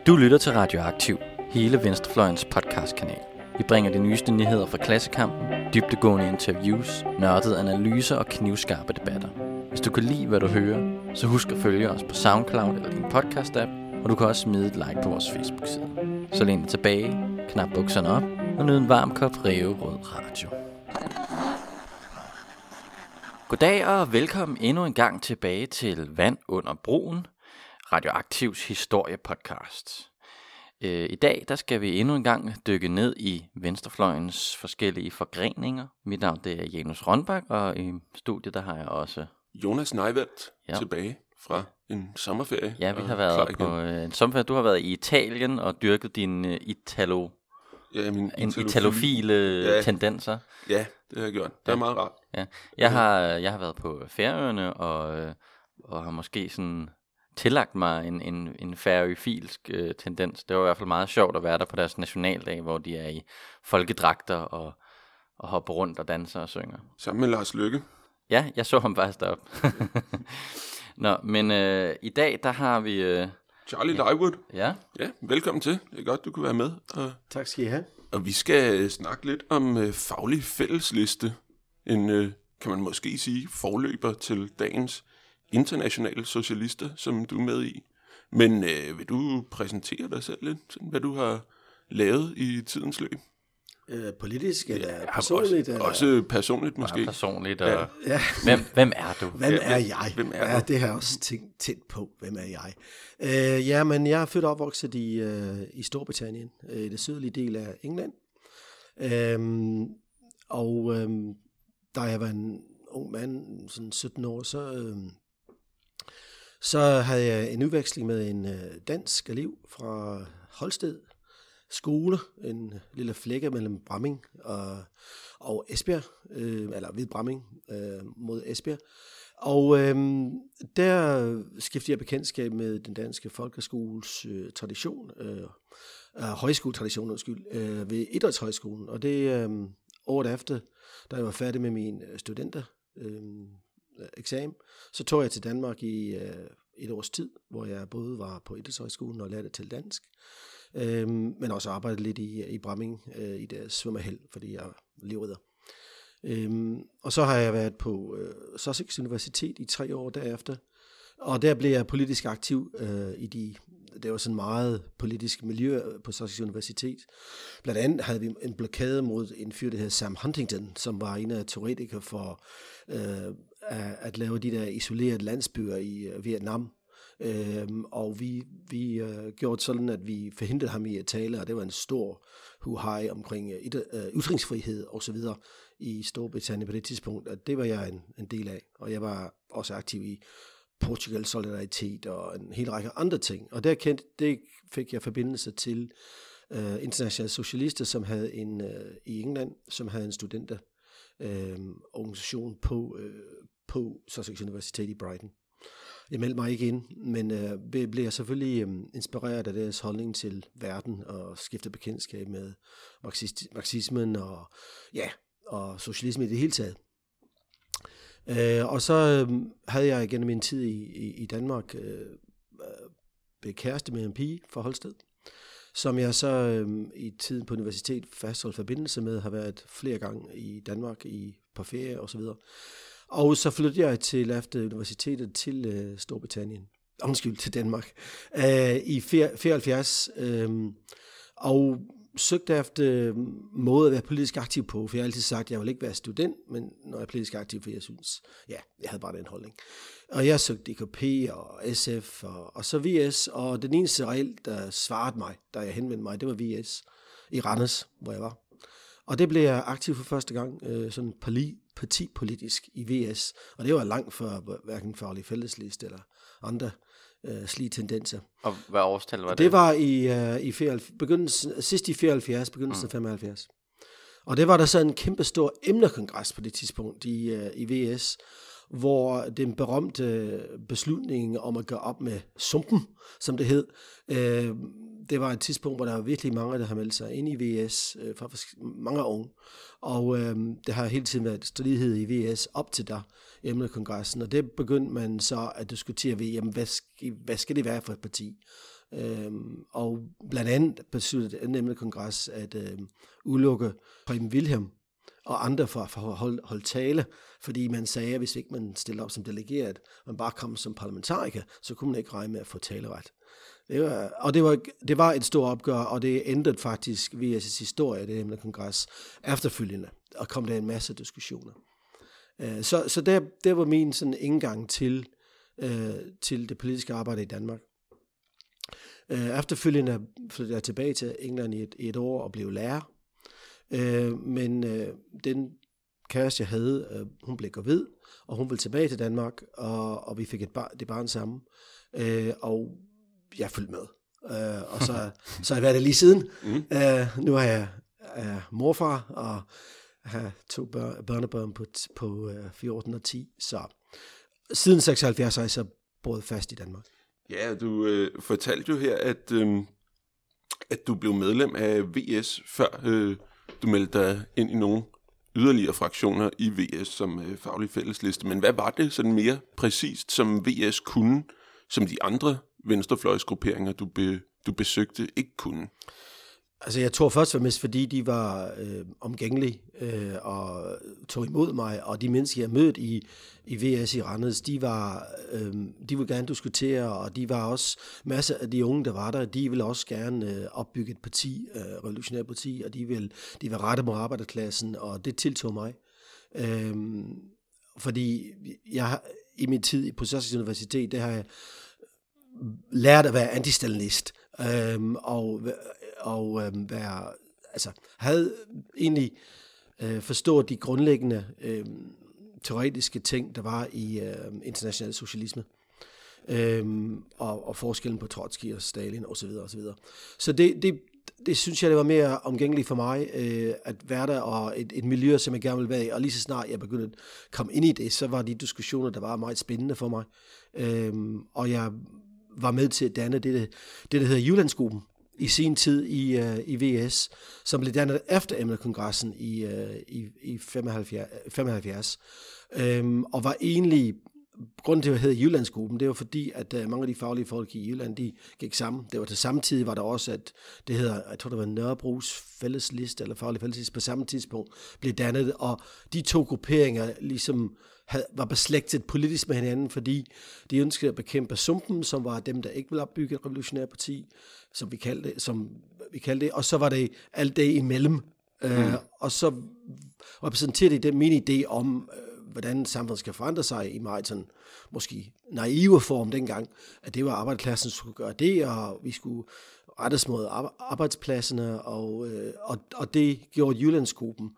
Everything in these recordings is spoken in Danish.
Du lytter til Radioaktiv, hele Venstrefløjens podcastkanal. Vi bringer de nyeste nyheder fra klassekampen, dybdegående interviews, nørdede analyser og knivskarpe debatter. Hvis du kan lide, hvad du hører, så husk at følge os på SoundCloud eller din podcast-app, og du kan også smide et like på vores Facebook-side. Så læn dig tilbage, knap bukserne op og nyd en varm kop ræverød radio. Goddag og velkommen endnu en gang tilbage til Vand under broen, Radioaktivs historiepodcast. I dag der skal vi endnu en gang dykke ned i Venstrefløjens forskellige forgreninger. Mit navn det er Janus Rønbak, og i studiet der har jeg også Jonas Neiveldt tilbage fra en sommerferie. Ja, vi har været på en sommerferie. Du har været i Italien og dyrket dine italofile tendenser. Ja, det har jeg gjort. Det er meget rart. Ja. Jeg har været på Færøerne og har måske sådan tillagt mig en færøfilsk tendens. Det var i hvert fald meget sjovt at være der på deres nationaldag, hvor de er i folkedragter og hopper rundt og danser og synger. Sammen med Lars Løkke. Ja, jeg så ham faktisk deroppe. Nå, men i dag der har vi Charlie Lywood. Ja, velkommen til. Det er godt, du kunne være med. Tak skal I have. Og vi skal snakke lidt om faglig fællesliste. En, kan man måske sige, forløber til dagens internationale socialister, som du er med i. Men vil du præsentere dig selv lidt? Sådan, hvad du har lavet i tidens løb? Politisk eller personligt? Også personligt måske. Ja, personligt. Og hvem er du? Hvem er jeg? Det har jeg også tænkt tæt på. Hvem er jeg? Men jeg er født og opvokset i Storbritannien, i det sydlige del af England. Da jeg var en ung mand, sådan 17 år, så havde jeg en udveksling med en dansk elev fra Holsted skole, en lille flække mellem Bramming og Esbjerg, eller ved Bramming mod Esbjerg. Og der skiftede jeg bekendtskab med den danske folkeskoles tradition, højskoletradition, ved Idrætshøjskolen. Og det året efter, da jeg var færdig med min studentereksamen, så tog jeg til Danmark i et års tid, hvor jeg både var på Idrætshøjskolen og lærte til dansk, men også arbejdede lidt i Bramming i deres svømmehal, fordi jeg er livredder. Og så har jeg været på Sussex Universitet i 3 år derefter, og der blev jeg politisk aktiv det var sådan meget politisk miljø på Sussex Universitet. Blandt andet havde vi en blokade mod en fyr, der hed Sam Huntington, som var en af teoretikere for at lave de der isolerede landsbyer i Vietnam. Og vi gjorde sådan, at vi forhindrede ham i at tale, og det var en stor huhej omkring ytringsfrihed og så videre i Storbritannien på det tidspunkt, og det var jeg en del af, og jeg var også aktiv i Portugal Solidaritet og en hel række andre ting, og det fik jeg forbindelse til internationale socialister, som havde i England, som havde en studenterorganisation på Sussex Universitet i Brighton. Jeg meldte mig ikke ind, men blev selvfølgelig inspireret af deres holdning til verden og skiftede bekendtskab med marxismen og socialisme i det hele taget. Og så havde jeg gennem min tid i Danmark blevet kæreste med en pige fra Holsted, som jeg så i tiden på universitet fastholdt forbindelse med, har været flere gange i Danmark på ferie og så videre. Og så flyttede jeg efter universitetet til Storbritannien. Til Danmark. I 74. Og søgte efter måde at være politisk aktiv på, for jeg har altid sagt, at jeg vil ikke være student, men når jeg er politisk aktiv, for jeg synes, jeg havde bare den holdning. Og jeg søgte DKP og SF og så VS, og den eneste reelt, der svarede mig, da jeg henvendte mig, det var VS i Randers, hvor jeg var. Og det blev jeg aktiv for første gang, sådan partipolitisk i VS, og det var langt før hverken faglig fællesliste eller andre slige tendenser. Og hvad årstal var det? Det var sidst i 74, begyndelsen af 75. Og det var der så en kæmpe stor emnerkongres på det tidspunkt i VS, hvor den berømte beslutning om at gøre op med sumpen, som det hed, det var et tidspunkt, hvor der var virkelig mange, der har meldt sig ind i VS, mange unge, og det har hele tiden været stridighed i VS op til der, emnekongressen, og det begyndte man så at diskutere ved, jamen, hvad skal det være for et parti? Og blandt andet besluttede den nemlig kongres at udelukke Preben Wilhjelm og andre for at holde tale, fordi man sagde, at hvis ikke man stillede op som delegeret, man bare kom som parlamentariker, så kunne man ikke regne med at få taleret. Det var et stort opgør, og det ændrede faktisk VS' historie, det nemlig kongres, efterfølgende, og kom der en masse diskussioner. Så der var min sådan indgang til det politiske arbejde i Danmark. Efterfølgende flyttede jeg tilbage til England i et år og blev lærer. Men den kæreste, jeg havde, hun blev gravid, og hun ville tilbage til Danmark, og vi fik det barn sammen. Og jeg fulgte med. Og så har jeg været der lige siden. Nu er jeg morfar, og har 2 børnebørn på 14 og 10. Så siden 76 har jeg så boet fast i Danmark. Ja, du fortalte jo her, at du blev medlem af VS, før du meldte dig ind i nogle yderligere fraktioner i VS som faglig fællesliste. Men hvad var det sådan mere præcist, som VS kunne, som de andre venstrefløjsgrupperinger, du besøgte, ikke kunne? Altså jeg tror først og fremmest, fordi de var omgængelige og tog imod mig, og de mennesker, jeg mødte i VS i Randers, de ville gerne diskutere, og de var også masser af de unge, der var der, de ville også gerne opbygge et parti, revolutionært parti, og de var rette mod arbejderklassen, og det tiltog mig. Fordi jeg i min tid på Sussex Universitet, der har jeg lært at være antistalinist, havde egentlig forstået de grundlæggende teoretiske ting, der var i international socialisme, og forskellen på Trotsky og Stalin osv. osv. Så det synes jeg, det var mere omgængeligt for mig, at være der, og et miljø, som jeg gerne ville være i, og lige så snart jeg begyndte at komme ind i det, så var de diskussioner, der var meget spændende for mig, og jeg var med til at danne det der hedder Jyllandsgruppen i sin tid i VS, som blev dannet efter Emner-kongressen i 75, og var egentlig, grunden til at hedde Jyllandsgruppen, det var fordi, at mange af de faglige folk i Jylland, de gik sammen. Det var til samme tid, var der også, at det hedder, jeg tror det var Nørrebros fællesliste, eller faglig fællesliste, på samme tidspunkt blev dannet, og de 2 grupperinger ligesom var beslægtet politisk med hinanden, fordi de ønskede at bekæmpe sumpen, som var dem, der ikke ville opbygge et revolutionært parti, som vi kaldte det, og så var det alt det imellem, og så repræsenterede de min idé om, hvordan samfundet skal forandre sig i meget sådan, måske naive form dengang, at det var arbejderklassen, som skulle gøre det, og vi skulle rettes mod arbejdspladserne, og det gjorde Jyllandsgruppen,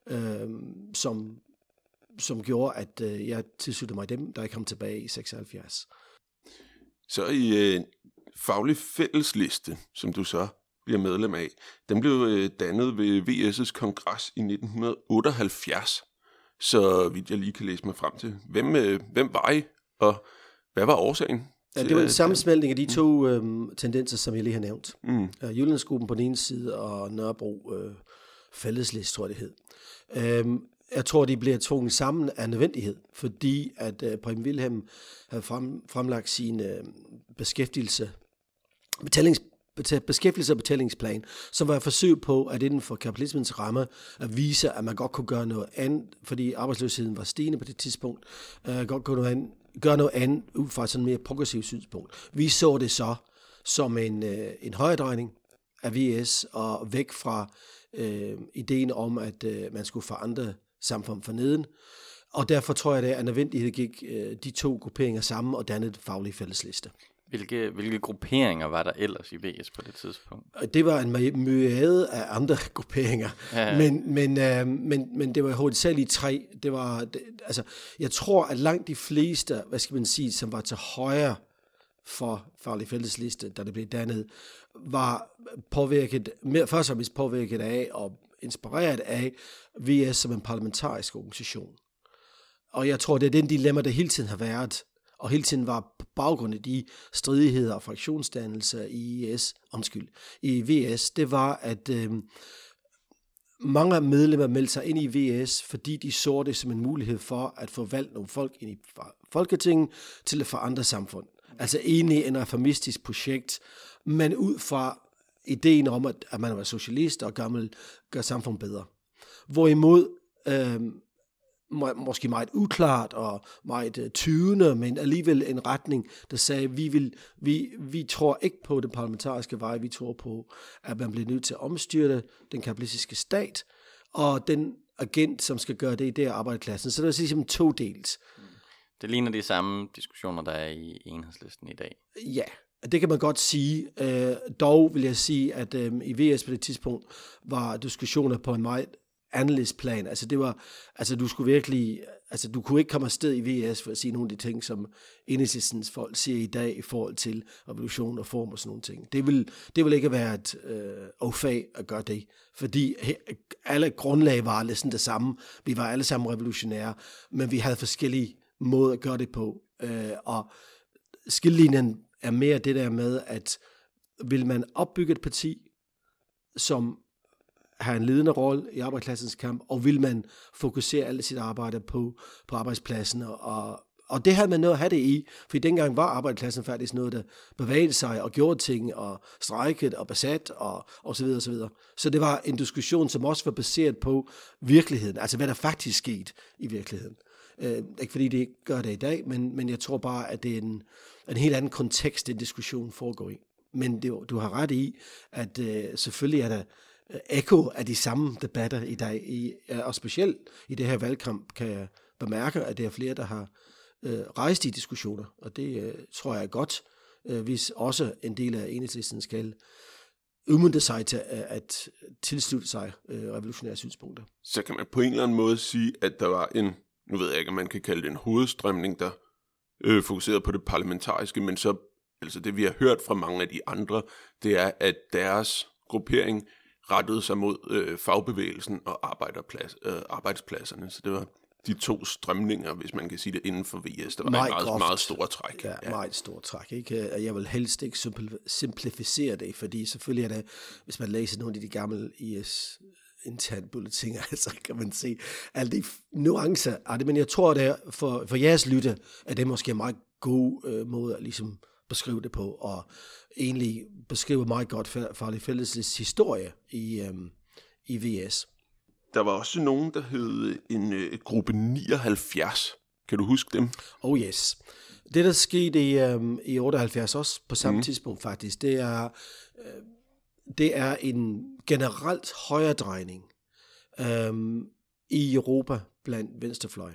som gjorde, at jeg tilsluttede mig dem, da jeg kom tilbage i 76. Så i faglig fællesliste, som du så bliver medlem af, den blev dannet ved VS' kongres i 1978, så vidt jeg lige kan læse mig frem til. Hvem var I, og hvad var årsagen? Ja, det var en sammensmeltning af de 2 tendenser, som jeg lige har nævnt. Jyllandsgruppen på den ene side, og Nørrebro fællesliste, tror jeg det hed. Jeg tror, de bliver tvunget sammen af nødvendighed, fordi at Preben Wilhjelm havde fremlagt sin beskæftigelse og betalingsplan, som var et forsøg på, at inden for kapitalismens ramme, at vise, at man godt kunne gøre noget andet, fordi arbejdsløsheden var stigende på det tidspunkt, godt kunne gøre noget andet ud fra et sådan mere progressivt synspunkt. Vi så det så som en højredrejning af VS, og væk fra ideen om, at man skulle forandre samfund for neden. Og derfor tror jeg, at af nødvendighed gik de 2 grupperinger sammen og dannede faglige fællesliste. Hvilke grupperinger var der ellers i VS på det tidspunkt? Det var en myriade af andre grupperinger, ja. Men det var hovedsageligt 3. Jeg tror, at langt de fleste, som var til højre for faglig fællesliste, da det blev dannet, var først og fremmest påvirket af og inspireret af VS som en parlamentarisk organisation. Og jeg tror, det er den dilemma, der hele tiden har været, og hele tiden var på baggrund af de stridigheder og fraktionsdannelser i VS, det var, at mange medlemmer meldte sig ind i VS, fordi de så det som en mulighed for at få valgt nogle folk ind i Folketinget til at forandre samfund. Altså egentlig en reformistisk projekt, men ud fra ideen om, at man var socialist og gammel, gør samfundet bedre. Hvorimod, måske meget uklart og meget tyvende, men alligevel en retning, der sagde, vi tror ikke på den parlamentariske vej, vi tror på, at man bliver nødt til at omstyrte den kapitalistiske stat, og den agent, som skal gøre det er arbejderklassen. Så det er ligesom to dels. Det ligner de samme diskussioner, der er i Enhedslisten i dag. Ja, det kan man godt sige. Dog vil jeg sige, at i VS på det tidspunkt var diskussioner på en meget anderledes plan. Altså det var, du skulle virkelig, du kunne ikke komme afsted i VS for at sige nogle af de ting, som Enhedslistens folk siger i dag i forhold til revolution og form og sådan nogle ting. Det vil ikke være et ofag at gøre det, fordi alle grundlag var alle sådan det samme. Vi var alle sammen revolutionære, men vi havde forskellige måder at gøre det på. Og skillelinjen er mere det der med, at vil man opbygge et parti, som har en ledende rolle i arbejderklassens kamp, og vil man fokusere alt sit arbejde på arbejdspladsen, og det havde man noget at have det i, for dengang var arbejderklassen faktisk noget, der bevægede sig og gjorde ting, og strejket og besat, og så videre, og så videre. Så det var en diskussion, som også var baseret på virkeligheden, altså hvad der faktisk skete i virkeligheden. Ikke fordi det ikke gør det i dag, men jeg tror bare, at det er en helt anden kontekst, den diskussion foregår i. Men du har ret i, at selvfølgelig er der ekko af de samme debatter i dag, og specielt i det her valgkamp kan jeg bemærke, at det er flere, der har rejst de diskussioner, og det tror jeg er godt, hvis også en del af Enhedslisten skal udmønte sig til at tilslutte sig revolutionære synspunkter. Så kan man på en eller anden måde sige, at der var nu ved jeg ikke, om man kan kalde det en hovedstrømning, der fokuserede på det parlamentariske, men så, altså det vi har hørt fra mange af de andre, det er, at deres gruppering rettede sig mod fagbevægelsen og arbejdspladserne. Så det var de to strømninger, hvis man kan sige det, inden for VS. Der var meget, meget store træk. Ja, meget store træk. Ikke? Jeg vil helst ikke simplificere det, fordi selvfølgelig er det, hvis man læser nogle af de gamle IS interne bulletiner, så kan man se alle de nuancer af det. Men jeg tror, det er for jeres lytte, at det måske er en meget god måde at ligesom beskrive det på, og egentlig beskrive meget godt Farlig Fælles historie i VS. Der var også nogen, der hed en gruppe 79. Kan du huske dem? Oh yes. Det, der skete i 78 også, på samme tidspunkt faktisk, det er en generelt højredrejning i Europa blandt venstrefløj.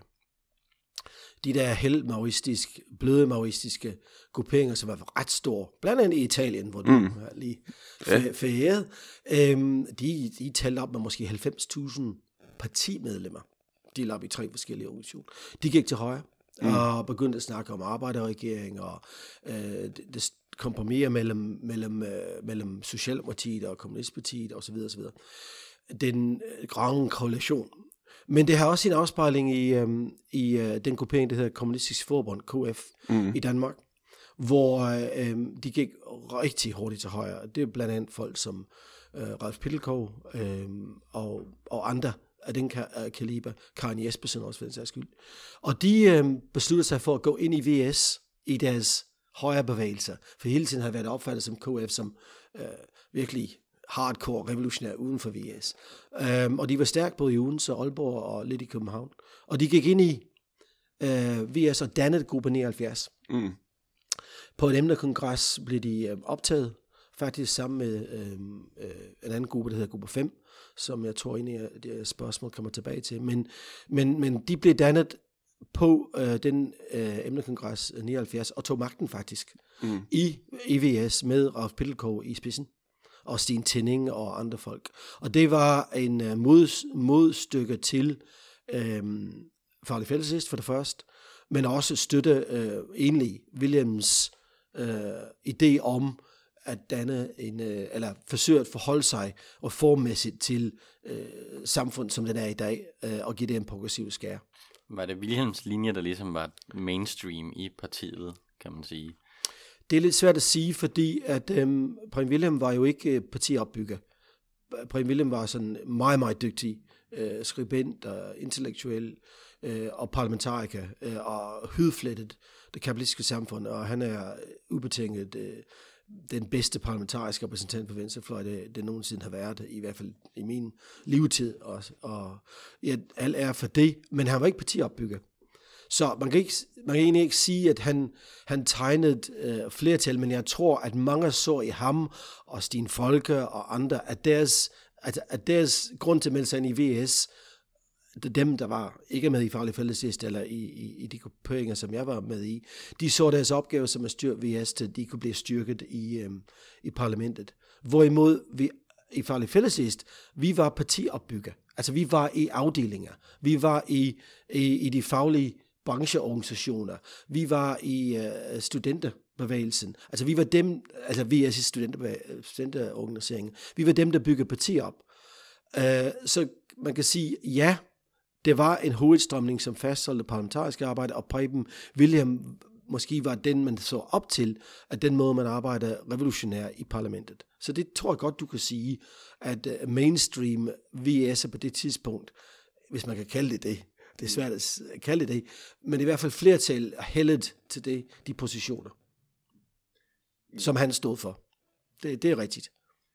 De der bløde maoistiske grupperinger, som var ret store, blandt andet i Italien, hvor du har lige ferieret, de talte op med måske 90.000 partimedlemmer. De lavede i 3 forskellige organisationer. De gik til højre og begyndte at snakke om arbejderregering og det kompromiser mellem Socialdemokratiet og Kommunistpartiet osv. osv. Den grønne koalition. Men det har også sin afspejling i den gruppering, der hedder Kommunistisk Forbund, KF, i Danmark, hvor de gik rigtig hurtigt til højre. Det er blandt andet folk som Ralf Pilkov og andre af den kaliber, Karen Jespersen også for den sags skyld. Og de besluttede sig for at gå ind i VS i deres højre bevægelser, for hele tiden har været opfattet som KF som virkelig hardcore revolutionær uden for VS. Og de var stærkt både i Odense, Aalborg og lidt i København. Og de gik ind i VS og dannede gruppe 79. På et emnekongres blev de optaget, faktisk sammen med en anden gruppe, der hedder gruppe 5, som jeg tror egentlig er det spørgsmål kommer tilbage til. Men de blev dannet på den emnekongres 79 og tog magten faktisk i VS med Ralf Pilkov i spidsen og Sten Tinning og andre folk. Og det var en modstykke til Farlig Fælles for det første, men også støtte egentlig Williams idé om at danne eller forsøge at forholde sig reformmæssigt til samfund, som den er i dag, og give det en progressiv skær. Var det Williams linje, der ligesom var mainstream i partiet, kan man sige? Det er lidt svært at sige, fordi at Preben Wilhjelm var jo ikke partiopbygger. Preben Wilhjelm var sådan meget, meget dygtig skribent og intellektuel og parlamentariker og hudflettet det kapitalistiske samfund, og han er ubetinget den bedste parlamentariske repræsentant på venstrefløj, det nogensinde har været, i hvert fald i min levetid, og ja, alt er for det, men han var ikke partiopbygger. Så man kan egentlig ikke sige, at han tegnede flertal, men jeg tror, at mange så i ham, og Stine Folke og andre, at deres grund til at melde sig ind i VS, dem, der var ikke med i Faglig Fællesliste, eller i de grupperinger, som jeg var med i, de så deres opgave som at styrke VS, til de kunne blive styrket i parlamentet. Hvorimod vi i Faglig Fællesliste, vi var partiopbygger. Altså vi var i afdelinger. Vi var i de faglige brancheorganisationer. Vi var i studenterbevægelsen. Altså vi var dem, altså VS' studenterorganiseringen. Vi var dem, der byggede partier op. Så man kan sige, ja, det var en hovedstrømning, som fastholdte parlamentarisk arbejde, og Preben Wilhjelm måske var den, man så op til, at den måde, man arbejder revolutionær i parlamentet. Så det tror jeg godt, du kan sige, at mainstream VS'er på det tidspunkt, hvis man kan kalde det det, det er svært at kalde det, men i hvert fald flertal hældet til de positioner, som han stod for. Det er rigtigt.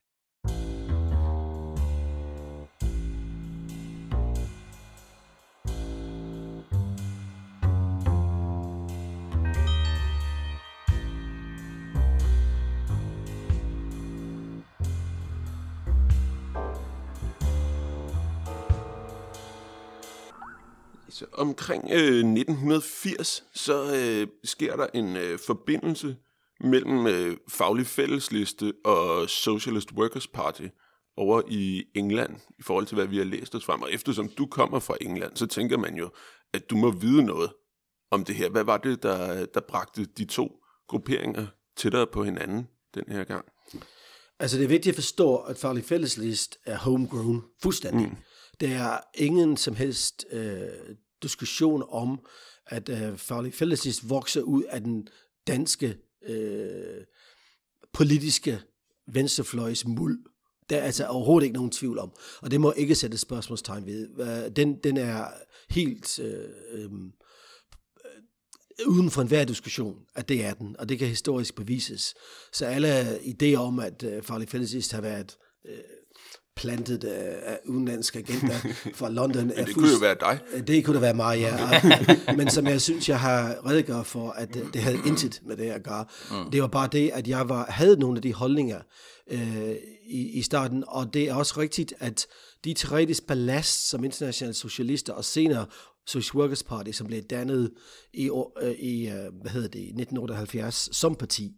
Så omkring 1980, så sker der en forbindelse mellem Faglig Fællesliste og Socialist Workers Party over i England, i forhold til, hvad vi har læst os frem. Og eftersom du kommer fra England, så tænker man jo, at du må vide noget om det her. Hvad var det, der bragte de to grupperinger tættere på hinanden den her gang? Altså det er vigtigt at forstå, at Faglig Fællesliste er homegrown fuldstændig. Der er ingen som helst diskussion om, at Faglig Fællesliste vokser ud af den danske politiske venstrefløjs muld. Der er altså overhovedet ikke nogen tvivl om. Og det må ikke sætte spørgsmålstegn ved. Den er helt uden for enhver diskussion, at det er den. Og det kan historisk bevises. Så alle idéer om, at Faglig Fællesliste har været plantet af udenlandske agenter fra London. Men det kunne jo være dig. Det kunne da være mig, ja. Men som jeg synes, jeg har redegjort for, at det havde intet med det at gøre. Det var bare det, at jeg havde nogle af de holdninger i starten, og det er også rigtigt, at de teoretiske ballast som internationale socialister og senere Social Workers Party, som blev dannet i 1978 som parti,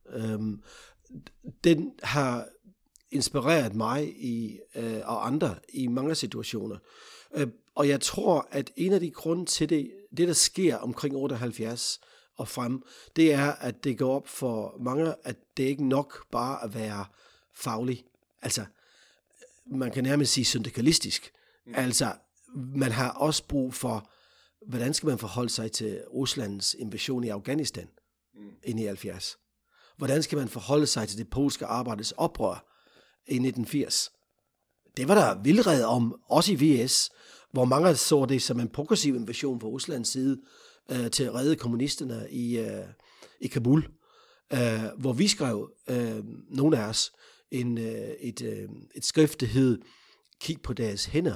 den har inspireret mig og andre i mange situationer. Og jeg tror, at en af de grunde til det der sker omkring 78 og frem, det er, at det går op for mange, at det ikke nok bare at være faglig. Altså, man kan nærmest sige syndikalistisk. Altså, man har også brug for, hvordan skal man forholde sig til Ruslands invasion i Afghanistan ind i 70? Hvordan skal man forholde sig til det polske arbejders oprør i 1980? Det var der vildred om, også i VS, hvor mange så det som en progressiv invasion fra Ruslands side til at redde kommunisterne i Kabul, hvor vi skrev, nogle af os, et skrift, der hed Kig på deres hænder,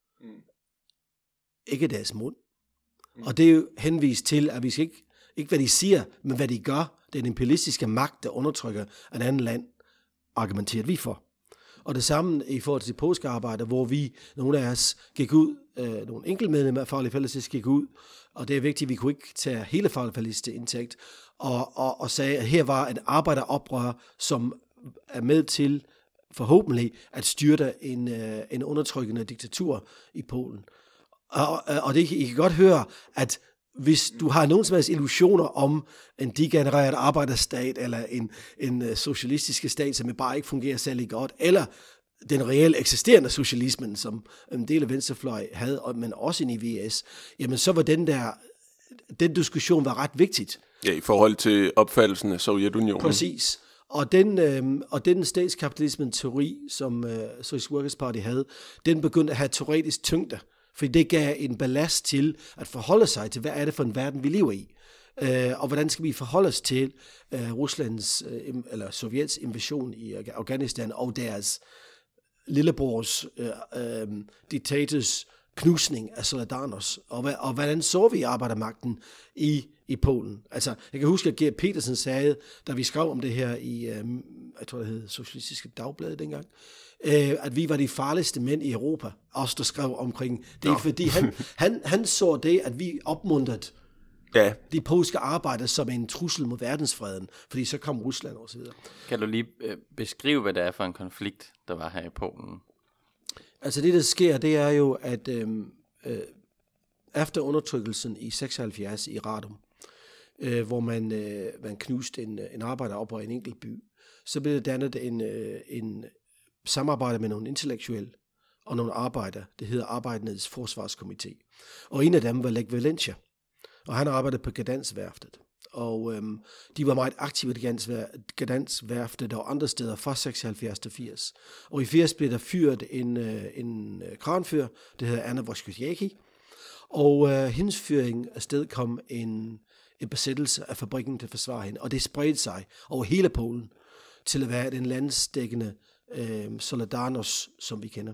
ikke deres mund. Og det er jo henvist til, at vi skal ikke hvad de siger, men hvad de gør. Det er den imperialistiske magt, der undertrykker en anden land, argumenterer vi for. Og det samme i forhold til påskearbejder, hvor vi, nogle af os, gik ud, nogle enkeltmedlemmer af Faglig Fællesliste gik ud, og det er vigtigt, vi kunne ikke tage hele Faglig Fællesliste indtægt, og sagde, at her var en arbejderoprør, som er med til forhåbentlig at styrte en undertrykkende diktatur i Polen. Og det, I kan godt høre, at hvis du har nogen som helst illusioner om en degenereret arbejderstat, eller en socialistisk stat, som bare ikke fungerer særlig godt, eller den reelle eksisterende socialismen, som en del af venstrefløj havde, men også i VS, jamen så var den diskussion var ret vigtigt. Ja, i forhold til opfattelsen af Sovjetunionen. Præcis. Og den statskapitalismen-teori, som Social Workers Party havde, den begyndte at have teoretisk tyngde. For det gav en ballast til at forholde sig til, hvad er det for en verden, vi lever i. Og hvordan skal vi forholde os til Ruslands eller Sovjets invasion i Afghanistan og deres lillebrors diktators knusning af Solidarność, og hvordan så vi arbejdermagten i Polen. Altså, jeg kan huske, at Gert Petersen sagde, da vi skrev om det her i, jeg tror det hed Socialistiske Dagblad dengang, at vi var de farligste mænd i Europa, os der skrev omkring det, fordi han så det, at vi opmuntrede de polske arbejdere som en trussel mod verdensfreden, fordi så kom Rusland og så videre. Kan du lige beskrive, hvad det er for en konflikt, der var her i Polen? Altså det, der sker, det er jo, at efter undertrykkelsen i 76 i Radom, hvor man knuste en arbejderoprør i en enkelt by, så blev der dannet en samarbejde med nogle intellektuelle og nogle arbejdere. Det hedder Arbejdernes Forsvarskomité. Og en af dem var Lech Walesa, og han arbejdede på Gdańsk-værftet. Og de var meget aktive i Gdańsk-værftet og andre steder fra 76 til 80. Og i 80 blev der fyret en kranfyr, det hedder Anna Wojciechowski, og hendes fyring afsted kom en besættelse af fabrikken til at forsvare hende, og det spredte sig over hele Polen til at være den landsdækkende Solidarność, som vi kender.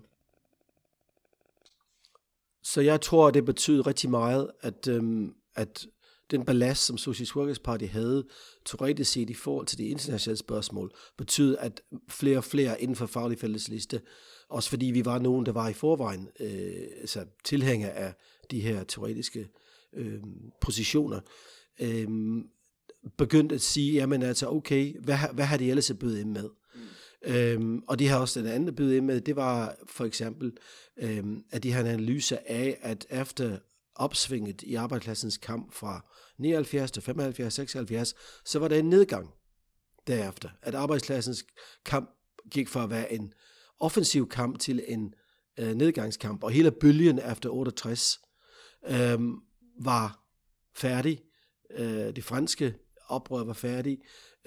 Så jeg tror, det betyder rigtig meget, at den ballast, som Socialist Workers Party havde, teoretisk set i forhold til de internationale spørgsmål, betyder, at flere og flere inden for faglig fællesliste, også fordi vi var nogen, der var i forvejen altså tilhængere af de her teoretiske positioner, begyndte at sige, jamen altså okay, hvad har de ellers at byde ind med? Og de har også den anden byde ind med, det var for eksempel, at de har en analyse af, at efter opsvinget i arbejderklassens kamp fra 79 til 75, 76, så var der en nedgang derefter. At arbejderklassens kamp gik fra at være en offensiv kamp til en nedgangskamp, og hele bølgen efter 68 var færdig. Det franske oprør var færdig.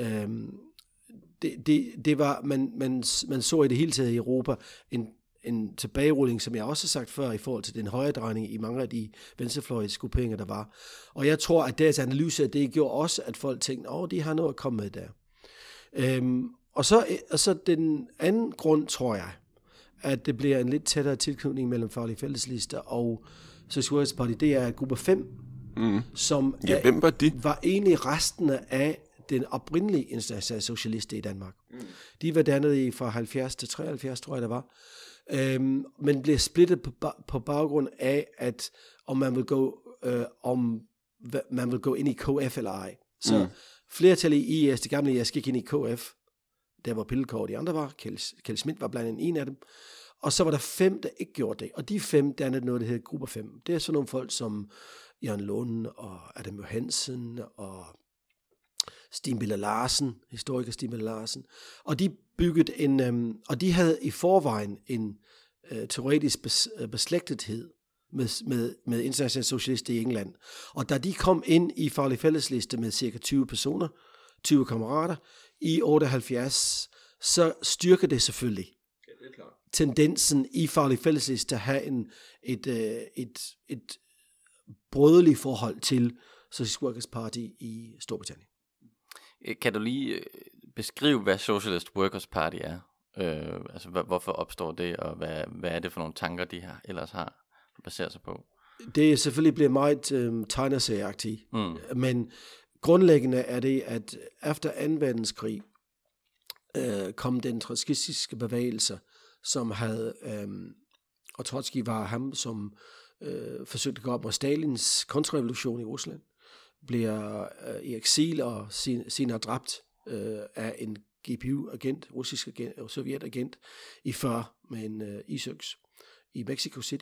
Det var, man så i det hele taget i Europa en tilbagerulling, som jeg også har sagt før, i forhold til den højre drejning i mange af de venstrefløjede grupperinger, der var. Og jeg tror, at deres analyse af det gjorde også, at folk tænkte, de har noget at komme med der. Og så den anden grund, tror jeg, at det bliver en lidt tættere tilknytning mellem faglige fælleslister og Socialist Workers Party, det er gruppe 5, som hvem var de? Var egentlig restene af den oprindelige internationale socialister i Danmark. De var dannet fra 70 til 73, tror jeg, der var. Men blev splittet på baggrund af, at om man vil gå ind i KF eller ej. Så flertallet i IS, det gamle IS, gik ind i KF. Der var Pilgaard, de andre var. Kjeld Schmidt var blandt en af dem. Og så var der 5, der ikke gjorde det. Og de 5 dannede noget, der hedder gruppe 5. Det er sådan nogle folk som Jørgen Lund og Adam Johansen og Steen Bille Larsen, historiker Steen Bille Larsen. Og de byggede og de havde i forvejen en teoretisk beslægtethed med internationale socialister i England. Og da de kom ind i faglig fællesliste med cirka 20 personer, 20 kammerater, i 78, så styrker det selvfølgelig tendensen i faglig fællesliste at have et brødreligt forhold til Socialist Workers Party i Storbritannien. Kan du lige beskrive, hvad Socialist Workers Party er? Altså, hvorfor opstår det, og hvad er det for nogle tanker, de ellers har at basere sig på? Det er selvfølgelig blevet meget tegneserieagtigt, men grundlæggende er det, at efter 2. verdenskrig kom den trotskistiske bevægelse, som havde, og Trotsky var ham, som forsøgte at gå op mod Stalins kontrarevolution i Rusland, bliver i eksil og senere dræbt af en GPU-agent, russisk agent, og sovjetagent i 40 med en isøks i Mexico City.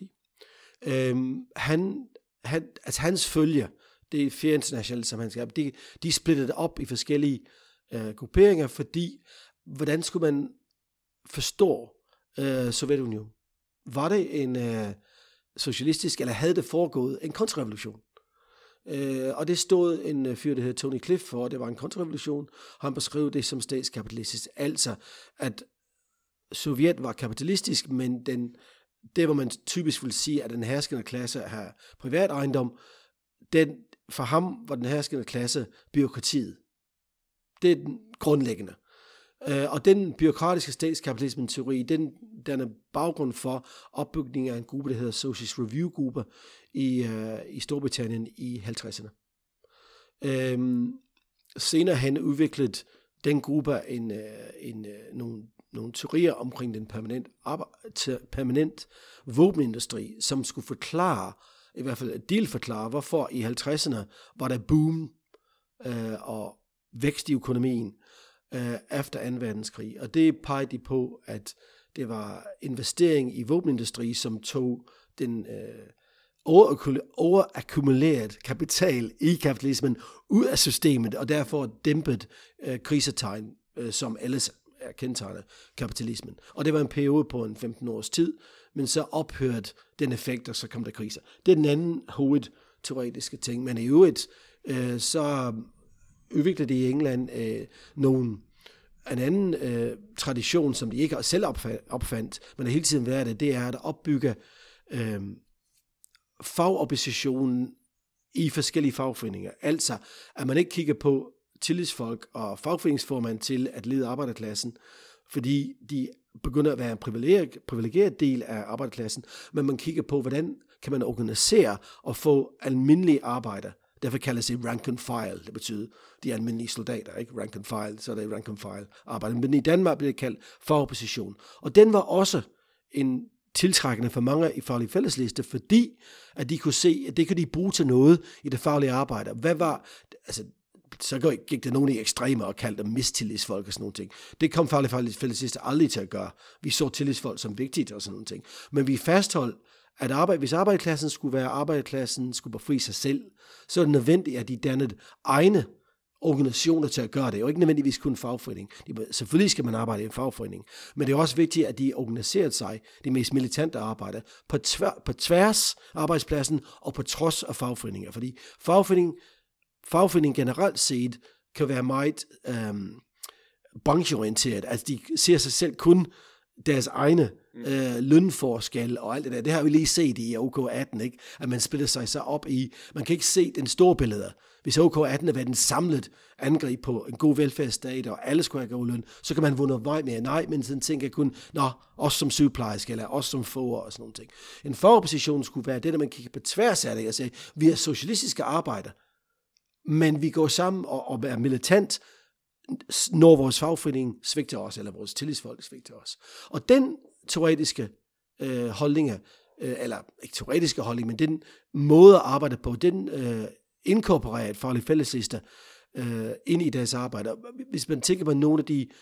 Hans følge, det er Fjerde Internationale, som han skab, de splittede op i forskellige grupperinger, fordi hvordan skulle man forstå Sovjetunionen? Var det en socialistisk, eller havde det foregået en kontrarevolution? Og det stod en fyr, der hed Tony Cliff for, det var en kontrarevolution. Han beskrev det som statskapitalistisk, altså at Sovjet var kapitalistisk, men det hvor man typisk vil sige, at den herskende klasse har privat ejendom, for ham var den herskende klasse byråkratiet. Det er den grundlæggende. Og den byråkratiske statskapitalismen-teori, den er baggrund for opbygningen af en gruppe, der hedder Socialist Review-gruppe i Storbritannien i 50'erne. Senere han udviklet den gruppe nogle teorier omkring den permanent våbenindustri, som skulle forklare, i hvert fald delforklare, hvorfor i 50'erne var der boom og vækst i økonomien efter 2. verdenskrig. Og det pegede de på, at det var investering i våbenindustri, som tog den overakkumulerede kapital i kapitalismen ud af systemet, og derfor dæmpet krisetegn, som ellers er kendetegnet kapitalismen. Og det var en periode på en 15 års tid, men så ophørte den effekt, og så kom der kriser. Det er den anden hovedteoretiske ting, men i øvrigt, så udviklede de i England en anden tradition, som de ikke selv opfandt, men har hele tiden været det er at opbygge fagorganisationen i forskellige fagforeninger. Altså, at man ikke kigger på tillidsfolk og fagforeningsformand til at lede arbejderklassen, fordi de begynder at være en privilegeret del af arbejderklassen, men man kigger på, hvordan kan man organisere og få almindelige arbejder. Derfor kaldes det rank and file. Det betyder de almindelige soldater, ikke? Rank and file, så er det rank and file arbejde. Men i Danmark bliver det kaldt fagopposition. Og den var også en tiltrækkende for mange i Faglig Fællesliste, fordi at de kunne se, at det kunne de bruge til noget i det faglige arbejde. Hvad var, altså, så gik der nogen i ekstremer og kaldte dem mistillidsfolk og sådan nogle ting. Det kom Faglig Fællesliste aldrig til at gøre. Vi så tillidsfolk som vigtigt og sådan nogle ting. Men vi fastholdt, at hvis arbejderklassen skulle befri sig selv, så er det nødvendigt, at de dannede egne organisationer til at gøre det. Det er jo ikke nødvendigvis kun en fagforening. Selvfølgelig skal man arbejde i en fagforening, men det er også vigtigt, at de organiserer sig, de mest militante arbejder, på tværs af arbejdspladsen og på trods af fagforeninger. Fordi fagforening generelt set kan være meget brancheorienteret. Altså de ser sig selv kun deres egne lønforskel og alt det der. Det har vi lige set i OK18, ikke? At man spiller sig så op i, man kan ikke se den store billede. Hvis OK18 har været en samlet angreb på en god velfærdsstat, og alle skulle have god løn, så kan man vunde vej mere. Nej, men sådan tænker jeg kun, os som sygeplejerske, eller os som forer og sådan nogle ting. En fagopposition skulle være det, der man kigger på tværs af det, og siger, vi er socialistiske arbejder, men vi går sammen og er militant, når vores fagforening svigter os, eller vores tillidsfolk svigter os. Og den teoretiske holdninger, eller ikke teoretiske holdninger, men den måde at arbejde på, den inkorporerer et Faglig Fællesliste ind i deres arbejde. Hvis man tænker på nogle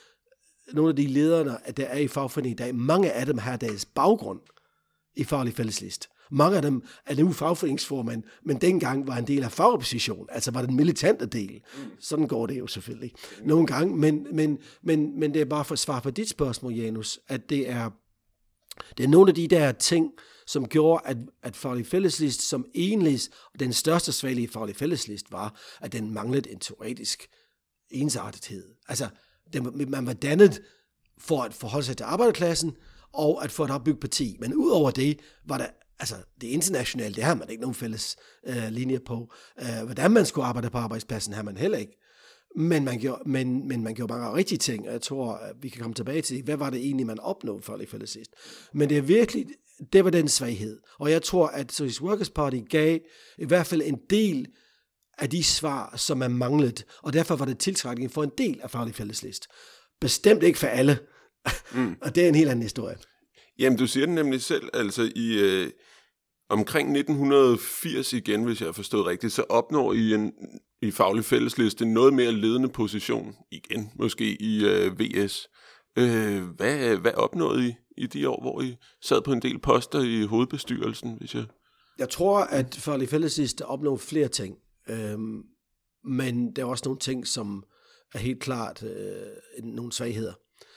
af de ledere, der er i fagforeningen, mange af dem har deres baggrund i Faglig Fællesliste. Mange af dem er nu fagforeningsformand, men dengang var en del af fagopposition, altså var den militante del. Sådan går det jo selvfølgelig nogle gange, men det er bare for at svare på dit spørgsmål, Janus, at det er nogle af de der ting, som gjorde, at Faglig Fællesliste som egentlig, og den største svaghed i Faglig Fællesliste var, at den manglede en teoretisk ensartethed. Altså, man var dannet for at forholde sig til arbejderklassen, og at få et opbygget parti. Men udover det, var der, altså det internationale, det har man ikke nogen fælles linje på. Hvordan man skulle arbejde på arbejdspladsen, har man heller ikke. Men man gjorde mange rigtige ting, og jeg tror, at vi kan komme tilbage til, hvad var det egentlig, man opnåede for Faglig Fællesliste. Men det er virkelig, det var den svaghed. Og jeg tror, at Socialist Workers Party gav i hvert fald en del af de svar, som man manglede, og derfor var det tiltrækning for en del af Faglig Fællesliste. Bestemt ikke for alle. Og det er en helt anden historie. Jamen, du siger det nemlig selv, altså i omkring 1980 igen, hvis jeg har forstået rigtigt, så opnår I Faglig Fællesliste noget mere ledende position, igen måske i VS. Hvad opnåede I de år, hvor I sad på en del poster i hovedbestyrelsen, hvis jeg... Jeg tror, at Faglig Fællesliste opnåede flere ting, men der er også nogle ting, som er helt klart nogle svagheder.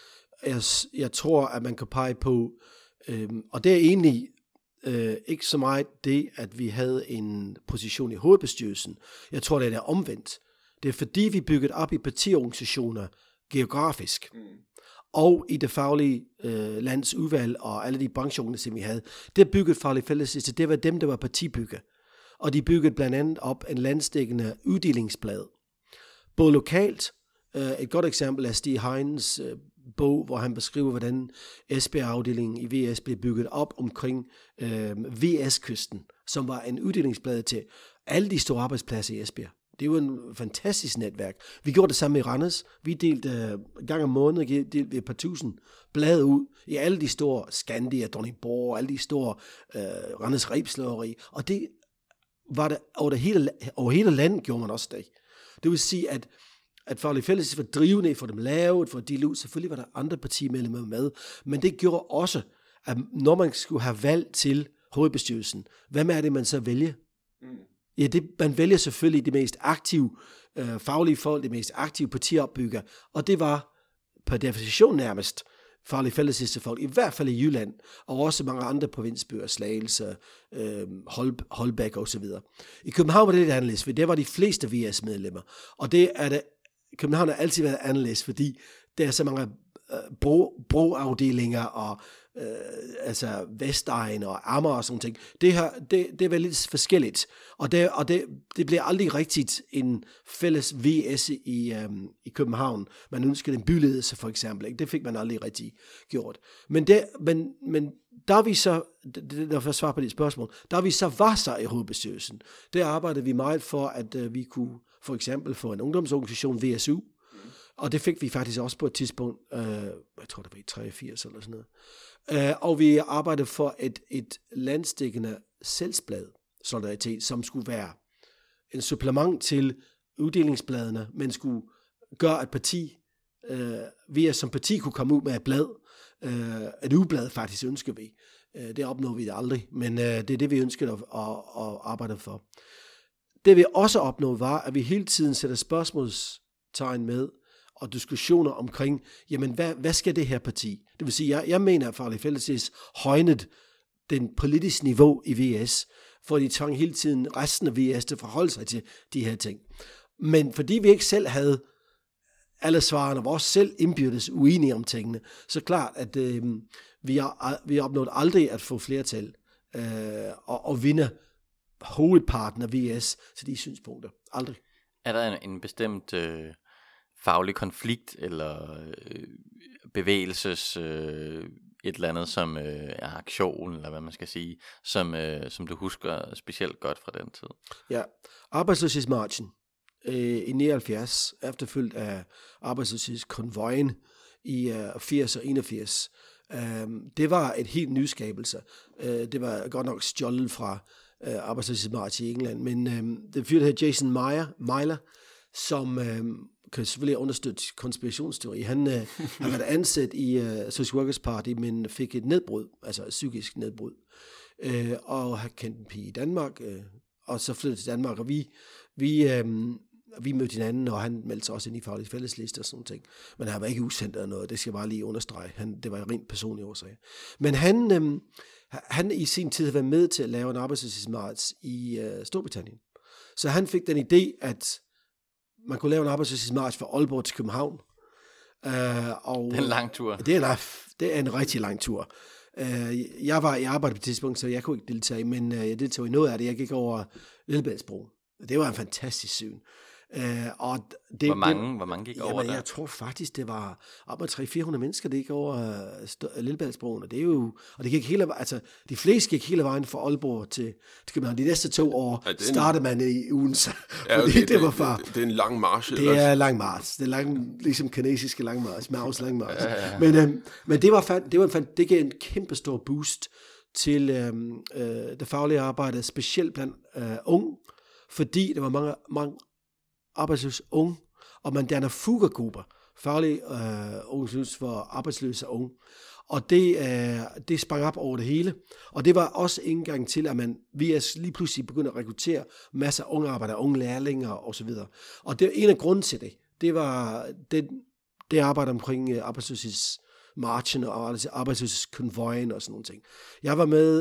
Jeg tror, at man kan pege på, og det er egentlig ikke så meget det, at vi havde en position i hovedbestyrelsen. Jeg tror, det er omvendt. Det er fordi, vi byggede op i partiorganisationer geografisk, og i det faglige landsudvalg og alle de brancheorganisationer, vi havde. Det byggede Faglig Fællesliste, det var dem, der var partibygge. og de byggede blandt andet op en landsdækkende uddelingsblad. Både lokalt, et godt eksempel er Stig Heins bog, hvor han beskriver, hvordan Esbjerg-afdelingen i VS blev bygget op omkring VS-kysten, som var en uddelingsblad til alle de store arbejdspladser i Esbjerg. Det er jo en fantastisk netværk. Vi gjorde det samme i Randers. Vi delte gang om måneden et par tusind blade ud i alle de store Scandia, Dronningborg, alle de store Randers Rebsløgeri. Og det var det over hele landet gjorde man også det. Det vil sige, at Faglig Fælles var drivende for dem lavet, for at dele ud. Selvfølgelig var der andre partimedlemmer med, men det gjorde også, at når man skulle have valg til hovedbestyrelsen, hvem er det, man så vælger? Ja, man vælger selvfølgelig de mest aktive faglige folk, de mest aktive partiopbygger, og det var per definition nærmest Faglig Fælles folk, i hvert fald i Jylland, og også mange andre provinsbyer, Slagelse, Holbæk og så videre. I København var det lidt anderledes, for det var de fleste VS-medlemmer, og det er det. København har altid været anderledes, fordi der er så mange broafdelinger og altså Vestegn og Amager og sådan ting. Det er vel lidt forskelligt, og det bliver aldrig rigtigt en fælles VS i København. Man ønsker en byledelse for eksempel, ikke? Det fik man aldrig rigtig gjort. Men der vi så, når jeg svarer på det spørgsmål, der vi så var så i hovedbestyrelsen, der arbejdede vi meget for, at vi kunne for eksempel få en ungdomsorganisation, VSU, og det fik vi faktisk også på et tidspunkt, jeg tror det var i 83 eller sådan noget. Og vi arbejdede for et landsdækkende salgsblad, Solidaritet, som skulle være en supplement til uddelingsbladene, men skulle gøre, at vi som parti kunne komme ud med et blad, et ugeblad faktisk ønsker vi. Det opnår vi aldrig, men det er det, vi ønsker at arbejde for. Det vi også opnåede var, at vi hele tiden sætter spørgsmålstegn med, og diskussioner omkring, jamen hvad skal det her parti? Det vil sige, jeg mener, at Faglig Fælles højnet den politiske niveau i VS, for de tvang hele tiden resten af VS til at forholde sig til de her ting. Men fordi vi ikke selv havde alle svarene, og var også selv indbyrdes uenige om tingene, så klart, at vi opnåede aldrig at få flertal og vinde hovedparten af VS til de synspunkter. Aldrig. Er der en bestemt faglig konflikt eller bevægelses et eller andet som aktion, eller hvad man skal sige, som du husker specielt godt fra den tid? Ja, arbejdsløshedsmarchen i 79, efterfulgt af arbejdsløshedskonvojen i 80 og 81. Det var et helt nyskabelse. Det var godt nok stjålet fra arbejdsløshedsmarch i England, men det fyr, der hedder Jason Meyler, som kan selvfølgelig understøtte konspirationsteori. Han har været ansat i Social Workers Party, men fik et nedbrud, altså et psykisk nedbrud, og har kendt en pige i Danmark, og så flyttede til Danmark, og vi mødte hinanden, og han meldte sig også ind i Faglig Fællesliste og sådan ting. Men han var ikke usendt eller noget, det skal jeg bare lige understrege. Det var en rent personlig årsag. Men han i sin tid havde været med til at lave en arbejdsløshedsmarch i Storbritannien. Så han fik den idé, at man kunne lave en arbejdsløshedsmarch fra Aalborg til København. Og det er en lang tur. Det er en rigtig lang tur. Jeg var i arbejde på et tidspunkt, så jeg kunne ikke deltage, men jeg deltog i noget af det. Jeg gik over Lillebæltsbroen. Det var en fantastisk syn. Og hvor mange gik over der? Jeg tror faktisk, det var op med 300-400 mennesker, der gik over Lillebæltsbroen, og det er jo, og det gik de fleste gik hele vejen fra Aalborg til København. De næste 2 år startede man i ugen, så det var far. Det er en lang march. Det er en lang march. Det er ligesom kinesiske lang march, Maos lang march. Ja. Men det gav en kæmpe stor boost til det faglige arbejde, specielt blandt unge, fordi der var mange arbejdsløse unge, og man danner fugergrupper, faglige organisationer for arbejdsløse unge. Og det sprang op over det hele. Og det var også indgang til, at vi lige pludselig begyndte at rekruttere masser af unge arbejdere, unge lærlinger og så videre. Og det er en af grunden til det. Det var det arbejde omkring arbejdsløshedsmarchen og arbejdsløshedskonvojen og sådan nogle ting. Jeg var med,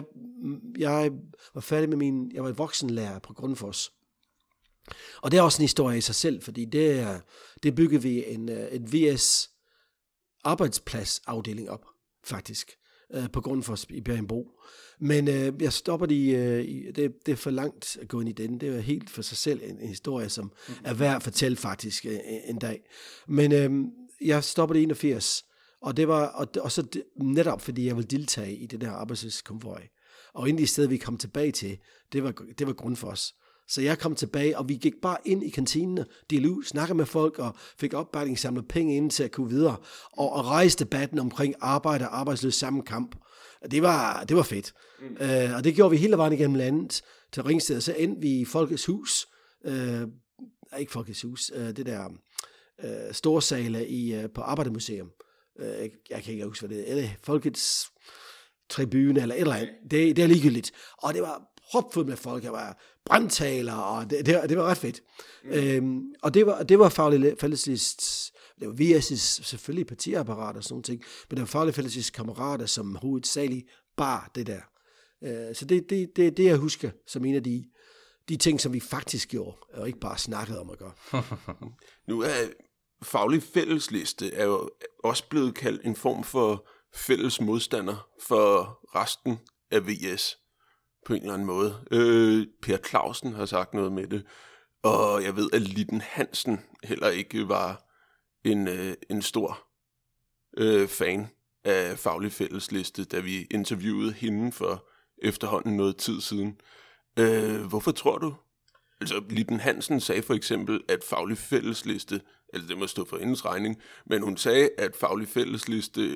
jeg var færdig med jeg var voksenlærer på Grundfos. Og det er også en historie i sig selv, fordi det byggede vi en VS arbejdspladsafdeling op, faktisk. på grund for i Bjergenbro. Men jeg stopper det er for langt at gå ind i den. Det er helt for sig selv en historie, som er værd at fortælle faktisk en dag. Men jeg stopper det i 81, og det var og så netop fordi jeg ville deltage i det der arbejdsløshedskonvoj. Og inden de steder, vi kom tilbage til, det var grund for os. Så jeg kom tilbage, og vi gik bare ind i kantinerne, delte ud, snakkede med folk, og fik opbakning, samlede penge ind til at kunne videre, og rejse debatten omkring arbejde og arbejdsløs samme kamp. Det var fedt. Og det gjorde vi hele vejen igennem landet til Ringsted, så endte vi i Folkets Hus, ikke Folkets Hus, det der store sale på Arbejdermuseum. Jeg kan ikke huske, hvad det er. Folkets Tribune eller et eller andet. Det er ligegyldigt. Og det var propfuldt med folk. Der var brandtaler, og det var ret fedt. Og det var Faglig Fælleslist. Det var VS's selvfølgelig partiapparat og sådan nogle ting, men det var Faglig Fælleslist kammerater, som hovedsageligt bar det der. Så det jeg husker som en af de ting, som vi faktisk gjorde, og ikke bare snakkede om at gøre. Nu er Faglig Fællesliste er jo også blevet kaldt en form for fælles modstander for resten af VS på en eller anden måde. Per Clausen har sagt noget med det, og jeg ved, at Litten Hansen heller ikke var en stor fan af Faglig Fællesliste, da vi interviewede hende for efterhånden noget tid siden. Hvorfor tror du? Altså, Litten Hansen sagde for eksempel, at Faglig Fællesliste, altså det må stå for hendes regning, men hun sagde, at Faglig Fællesliste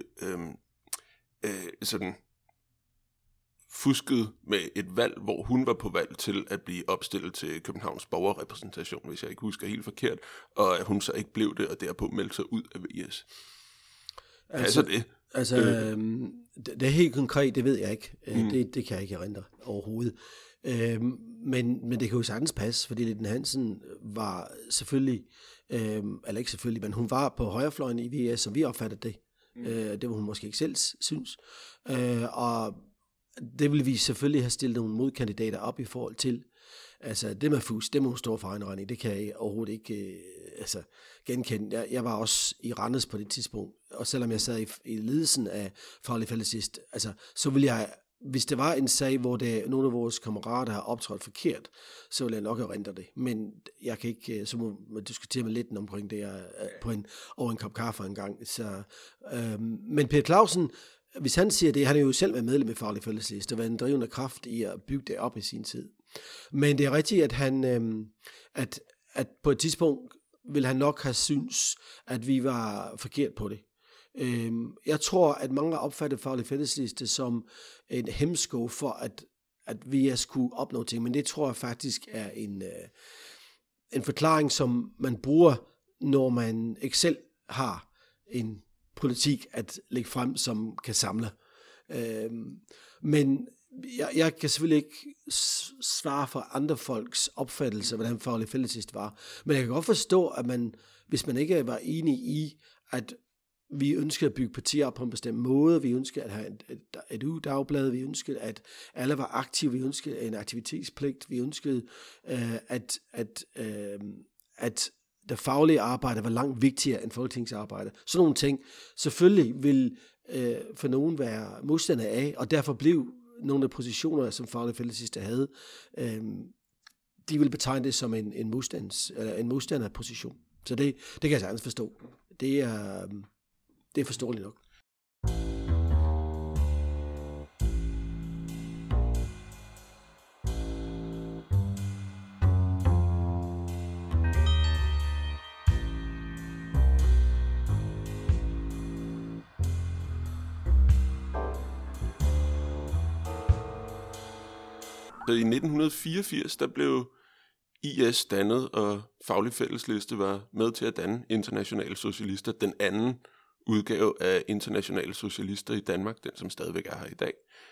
sådan fuskede med et valg, hvor hun var på valg til at blive opstillet til Københavns borgerrepræsentation, hvis jeg ikke husker helt forkert, og at hun så ikke blev det, og derpå meldte sig ud af VS. Passer det? Altså, det er helt konkret, det ved jeg ikke. Det kan jeg ikke erindre overhovedet. Men det kan jo sagtens passe, fordi Litten Hansen var selvfølgelig, eller ikke selvfølgelig, men hun var på højrefløjen i VS, som vi opfattede det. Det var hun måske ikke selv synes. Og det ville vi selvfølgelig have stillet nogle modkandidater op i forhold til. Altså det med fusk, det må hun stå for egen regning. Det kan jeg overhovedet ikke genkende. Jeg var også i Randers på det tidspunkt, og selvom jeg sad i ledelsen af Faglig Fælleslist, altså så ville jeg, hvis det var en sag, hvor nogle af vores kammerater har optrådt forkert, så ville jeg nok erindre det. Men jeg kan ikke, så må man diskutere med lidt omkring det over en kop kaffe en gang. Så, men Per Clausen, hvis han siger det, han er jo selv været medlem af Faglig Fællesliste, og været en drivende kraft i at bygge det op i sin tid. Men det er rigtigt, at han, at på et tidspunkt ville han nok have synes, at vi var forkert på det. Jeg tror, at mange har opfattet Faglig Fællesliste som en hemsko for, at vi skulle opnå ting, men det tror jeg faktisk er en forklaring, som man bruger, når man ikke selv har en politik at lægge frem, som kan samle. Men jeg kan selvfølgelig ikke svare for andre folks opfattelse, hvordan Faglig Fællesliste var. Men jeg kan godt forstå, at hvis man ikke var enig i, at vi ønskede at bygge partier på en bestemt måde, vi ønskede at have et ugedagblad, vi ønskede, at alle var aktive, vi ønskede en aktivitetspligt, vi ønskede, at det faglige arbejde var langt vigtigere end folketingsarbejde. Sådan nogle ting selvfølgelig vil for nogen være modstander af, og derfor blev nogle af positioner, som Faglig Fællesliste havde, de vil betegne det som en modstanderposition. Så det kan jeg sagtens forstå. Det er forståeligt nok. Så i 1984, der blev IS dannet, og Faglig Fællesliste var med til at danne Internationale Socialister, den anden udgave af Internationale Socialister i Danmark, den som stadigvæk er her i dag.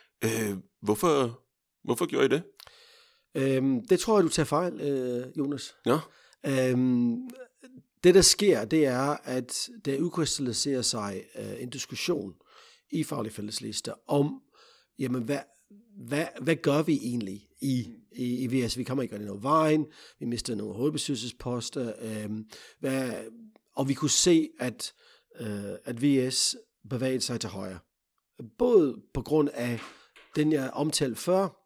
Hvorfor gjorde I det? Det tror jeg, du tager fejl, Jonas. Ja. Det, der sker, det er, at der udkrystalliserer sig en diskussion i Faglig Fællesliste om, jamen, hvad gør vi egentlig i VS? Vi kommer ikke rigtig noget vejen, vi mister nogle hovedbestyrelsesposter, og vi kunne se, at VS bevægede sig til højre. både på grund af den, jeg omtalte før,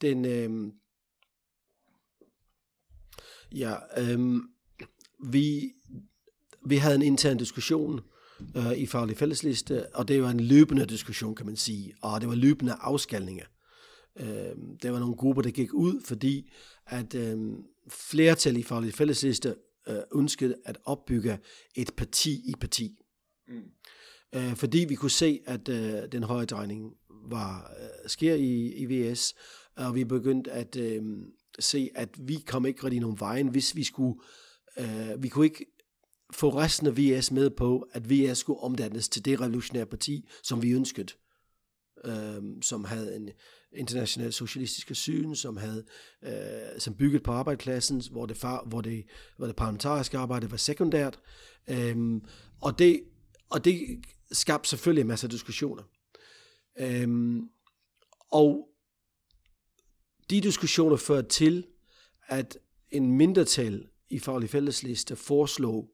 vi havde en intern diskussion i Faglig Fællesliste, og det var en løbende diskussion, kan man sige, og det var løbende afskalninger. Der var nogle grupper, der gik ud, fordi at flertal i Faglig Fællesliste ønskede at opbygge et parti i parti. Fordi vi kunne se, at den højredrejning sker i VS, og vi begyndte at se, at vi kom ikke rigtig nogen vejen, hvis vi skulle, vi kunne ikke få resten af VS med på, at VS skulle omdannes til det revolutionære parti, som vi ønskede, som havde en international socialistisk syn, som byggede på arbejderklassen, hvor det parlamentariske arbejde var sekundært, og det skabte selvfølgelig en masse diskussioner. Og de diskussioner førte til, at en mindretal i Faglig Fællesliste foreslog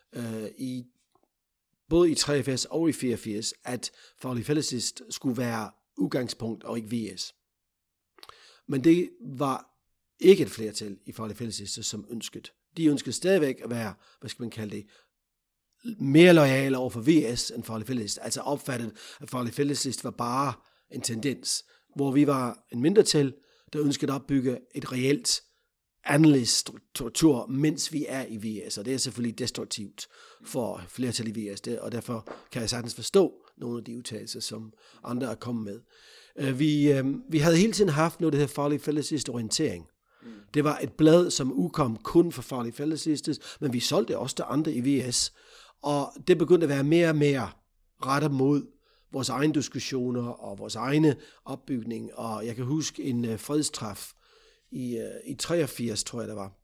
både i 83 og i 84, at Faglig Fællesliste skulle være udgangspunkt og ikke VS. Men det var ikke et flertal i Faglig Fællesliste, som ønskede. De ønskede stadigvæk at være, hvad skal man kalde det, mere loyale over for VS end Faglig Fællesliste. Altså opfattet, at Faglig Fællesliste var bare en tendens, hvor vi var en mindretal, der ønskede at opbygge et reelt anderledes struktur, mens vi er i VS, og det er selvfølgelig destruktivt for flertal i VS, og derfor kan jeg sagtens forstå nogle af de udtalelser, som andre er kommet med. Vi havde hele tiden haft noget, der hedder Faglig Fællesliste orientering. Det var et blad, som udkom kun for Faglig Fællesliste, men vi solgte også til andre i VS, og det begyndte at være mere og mere rettet mod vores egne diskussioner og vores egne opbygning, og jeg kan huske en fredstræf i 83, tror jeg det var,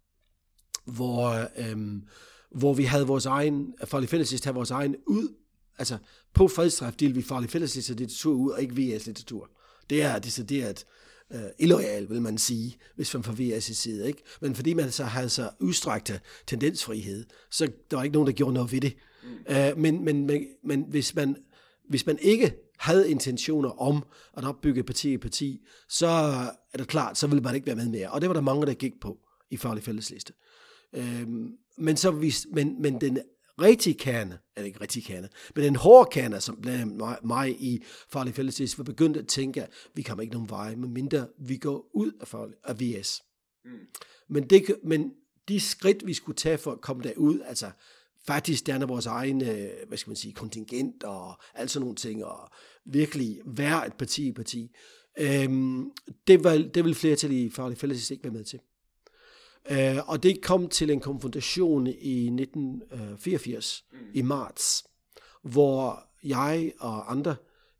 hvor vi havde vores egen, Faglig Fællesliste havde vores egen altså på fredstræf delte vi Faglig Fællesliste litteratur ud, og ikke VS-litteratur. Det er decideret illoyal, vil man sige, hvis man fra VS' side, ikke? Men fordi man så havde så udstrakte tendensfrihed, så der var ikke nogen, der gjorde noget ved det. Men hvis man ikke havde intentioner om at opbygge parti i parti, så er det klart, så ville man ikke være med mere. Og det var der mange, der gik på i Faglig Fællesliste. Men den rigtige kerne, eller ikke rigtige kerne, men den hårde kerne, som blev mig i Faglig Fællesliste, var begyndt at tænke, at vi kommer ikke nogen vej, medmindre vi går ud af VS. Men de skridt, vi skulle tage for at komme derud, altså faktisk danne vores egen, hvad skal man sige, kontingent og alt sådan nogle ting, og virkelig være et parti i parti, det vil flertal i Faglig Fællesliste ikke være med til. Og det kom til en konfrontation i 1984, i marts, hvor jeg og andre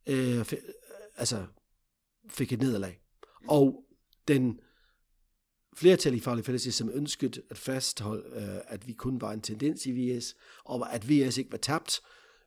fik et nederlag. Og den flertal i Faglig Fællesliste, som ønskede at fastholde, at vi kun var en tendens i VS, og at VS ikke var tabt,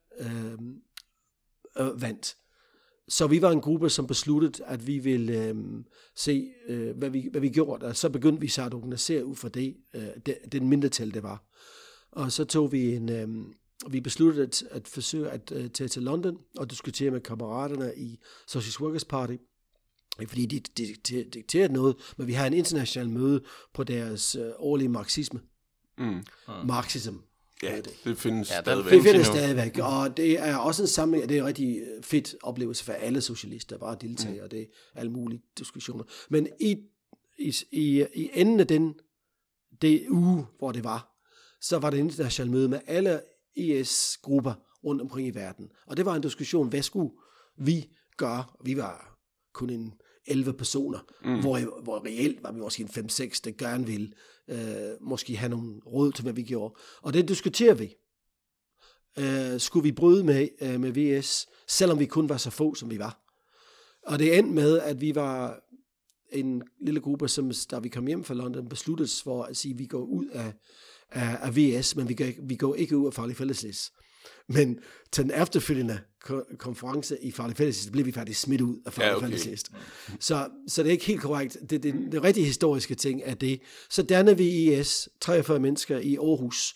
vandt. Så vi var en gruppe, som besluttede, at vi ville se, hvad vi gjorde. Og så begyndte vi så at organisere ud fra den mindretal, det var. Og så tog vi vi besluttede at forsøge at tage til London og diskutere med kammeraterne i Socialist Workers Party, fordi de dikterede noget, men vi har en international møde på deres årlige marxism. Ja, det findes stadigvæk. Det findes stadigvæk, og det er også en samling, det er en rigtig fedt oplevelse for alle socialister, bare at deltage, og det er alle mulige diskussioner. Men i enden af det uge, hvor det var, så var det et internationalt møde med alle ES-grupper rundt omkring i verden. Og det var en diskussion, hvad skulle vi gøre? Vi var kun 11 personer, hvor reelt var vi måske 5-6, der gerne ville måske have nogle råd til, hvad vi gjorde. Og det diskuterer vi. Skulle vi bryde med VS, selvom vi kun var så få, som vi var? Og det endte med, at vi var en lille gruppe, som da vi kom hjem fra London, besluttede for at sige, at vi går ud af VS, men vi går ikke ud af Faglig Fællesliste. Men til den efterfølgende konference i Faglig Fællesliste blev vi faktisk smidt ud af Faglig Fællesliste. Så det er ikke helt korrekt. Det rigtige historiske ting er det. Så dannede vi IS, 43 mennesker i Aarhus,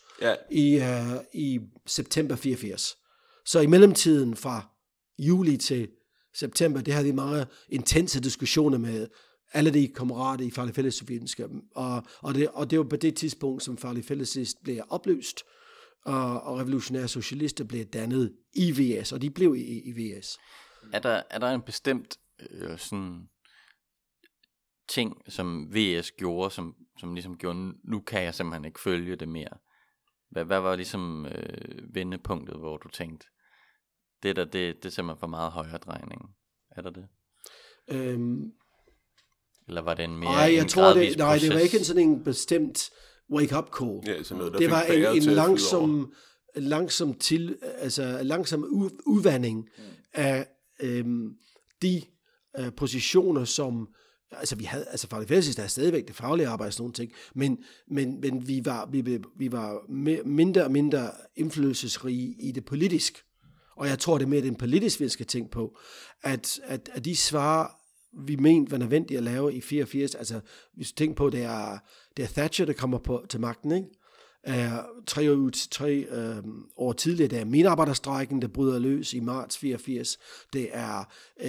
i september 84. Så i mellemtiden fra juli til september, det havde vi mange intense diskussioner med alle de kammerater i Farlig Fællesvidenskab, og det var på det tidspunkt, som Farlig Fælleslist blev opløst, og revolutionære socialister blev dannet i VS, og de blev i VS. Er der en bestemt sådan ting, som VS gjorde, som ligesom gjorde, nu kan jeg simpelthen ikke følge det mere? Hvad var ligesom vendepunktet, hvor du tænkte, det er simpelthen for meget højere drejning? Er der det? Eller var det en mere jeg tror det. Nej, det var ikke en sådan en bestemt wake-up call. Ja, sådan noget, det var en langsom udvandring af de positioner, som altså vi havde, altså Farlig Fællesskab er stadigvæk det faglige arbejde og sådan nogle ting, men vi var mindre og mindre indflydelsesrige i det politisk. Og jeg tror, det er mere den politisk, vi skal tænke på, at de svar, vi mente var nødvendigt at lave i 84, altså hvis du tænker på, det er Thatcher, der kommer til magten, ikke? 3 år tidligere, det er minearbejderstrejken, der bryder løs i marts 84. Det er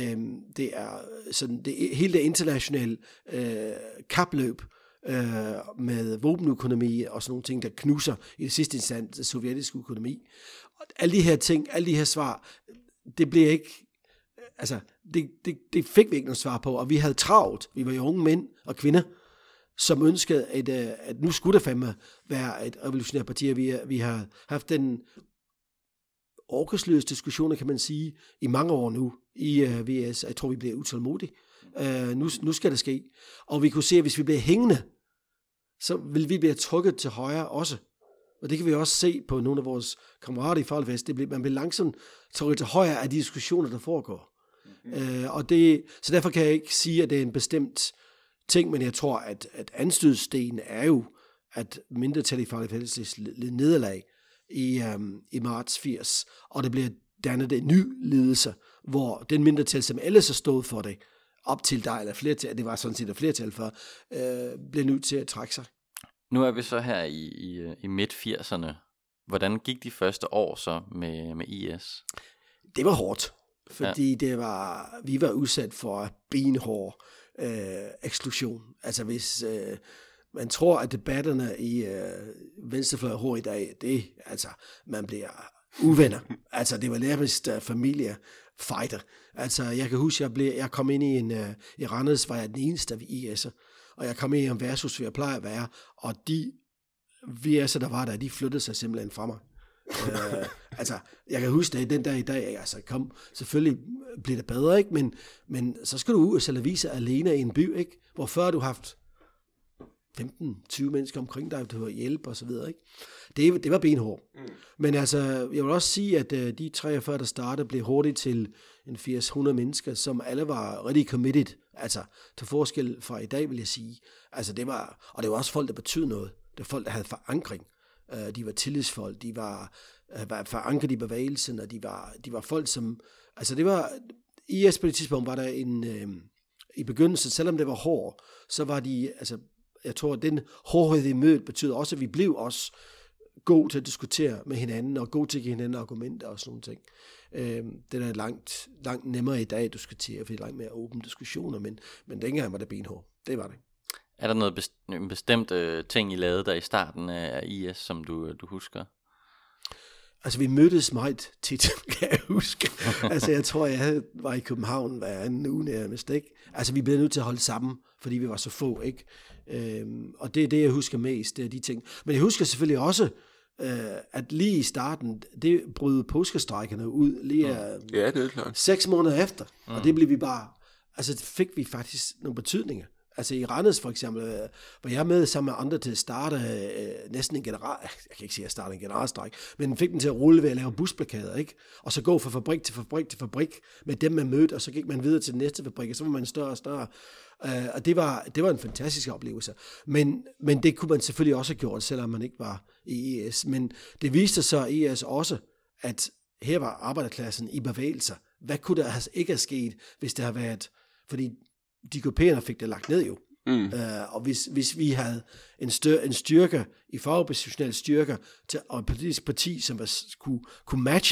sådan hele det internationale kapløb med våbenøkonomi og sådan nogle ting, der knuser i det sidste instans den sovjetiske økonomi. Og alle de her ting, alle de her svar, det blev ikke, altså det fik vi ikke noget svar på, og vi havde travlt. Vi var jo unge mænd og kvinder, som ønskede, at nu skulle der fandme være et revolutionært parti, og vi har haft den orkesløse diskussioner, kan man sige, i mange år nu i VS. Jeg tror, vi bliver utålmodige. Nu skal det ske. Og vi kunne se, at hvis vi bliver hængende, så vil vi blive trykket til højre også. Og det kan vi også se på nogle af vores kammerater i Farlig Fællesskab. Man bliver langsomt trykket til højre af de diskussioner, der foregår. Så derfor kan jeg ikke sige, at det er en bestemt ting, men jeg tror, at anstødsstenen er jo, at mindretal i Farlig Fællesskab led nederlag i marts 80, og det bliver dannet en ny ledelse, hvor den mindretal, som ellers har stået for det, op til dig, eller flertal, det var sådan set et flertal for, bliver nødt til at trække sig. Nu er vi så her i midt-80'erne. Hvordan gik de første år så med IS? Det var hårdt, fordi vi var udsat for benhård eksklusion. Altså hvis man tror, at debatterne i venstrefløj hård i dag, det altså man bliver uvenner. Altså det var nærmest familiefighter. Altså jeg kan huske, jeg kom ind i Randers, var jeg den eneste af IS'er, og jeg kom ind i en versus, hvor jeg plejer at være, og de VS'er, der var der, de flyttede sig simpelthen fra mig. Altså, jeg kan huske det den dag i dag, altså selvfølgelig bliver det bedre, ikke? Men så skal du ud og sælge aviser alene i en by, ikke? Hvor før du har haft 15-20 mennesker omkring dig, du har hjælp og så videre, ikke? Det var benhård. Men altså, jeg vil også sige, at de 43, der startede, blev hurtigt til en 80-100 mennesker, som alle var rigtig committed, altså til forskel fra i dag, vil jeg sige. Altså det var også folk, der betød noget. Det var folk, der havde forankring. De var tillidsfolk, de var forankret i bevægelsen, og de var folk, som, altså det var, IS på det tidspunkt var der i begyndelsen, selvom det var hård, så var de, altså jeg tror, at den hårdhed i mødet betyder også, at vi blev også god til at diskutere med hinanden, og god til at give hinanden argumenter og sådan nogle ting. Det er langt nemmere i dag at diskutere, for det er langt mere åbne diskussioner, men dengang var det benhård. Det var det. Er der en bestemt ting, I lavede der i starten af IS, som du husker? Altså, vi mødtes meget tit, kan jeg huske. Altså, jeg tror, jeg var i København hver anden uge nærmest, ikke? Altså, vi blev nødt til at holde sammen, fordi vi var så få, ikke? Og det er det, jeg husker mest, det er de ting. Men jeg husker selvfølgelig også, at lige i starten, det brød påskestrejkerne ud lige ja, det er klart. 6 måneder efter. Og det blev vi bare, altså fik vi faktisk nogle betydninger. Altså i Randers for eksempel, var jeg med sammen med andre til at starte næsten en jeg kan ikke sige at starte en generalstrejk, men fik den til at rulle ved at lave busplakader, ikke? Og så gå fra fabrik til fabrik til fabrik med dem man mødte, og så gik man videre til den næste fabrik, og så var man større og større. Og det var en fantastisk oplevelse. Men det kunne man selvfølgelig også have gjort, selvom man ikke var i IS. Men det viste sig i IS også, at her var arbejderklassen i bevægelser. Hvad kunne der ikke have sket, hvis det havde været, fordi de grupperende fik det lagt ned jo. Og hvis vi havde en styrke i fagoppositionelle styrker og et politisk parti, som kunne matche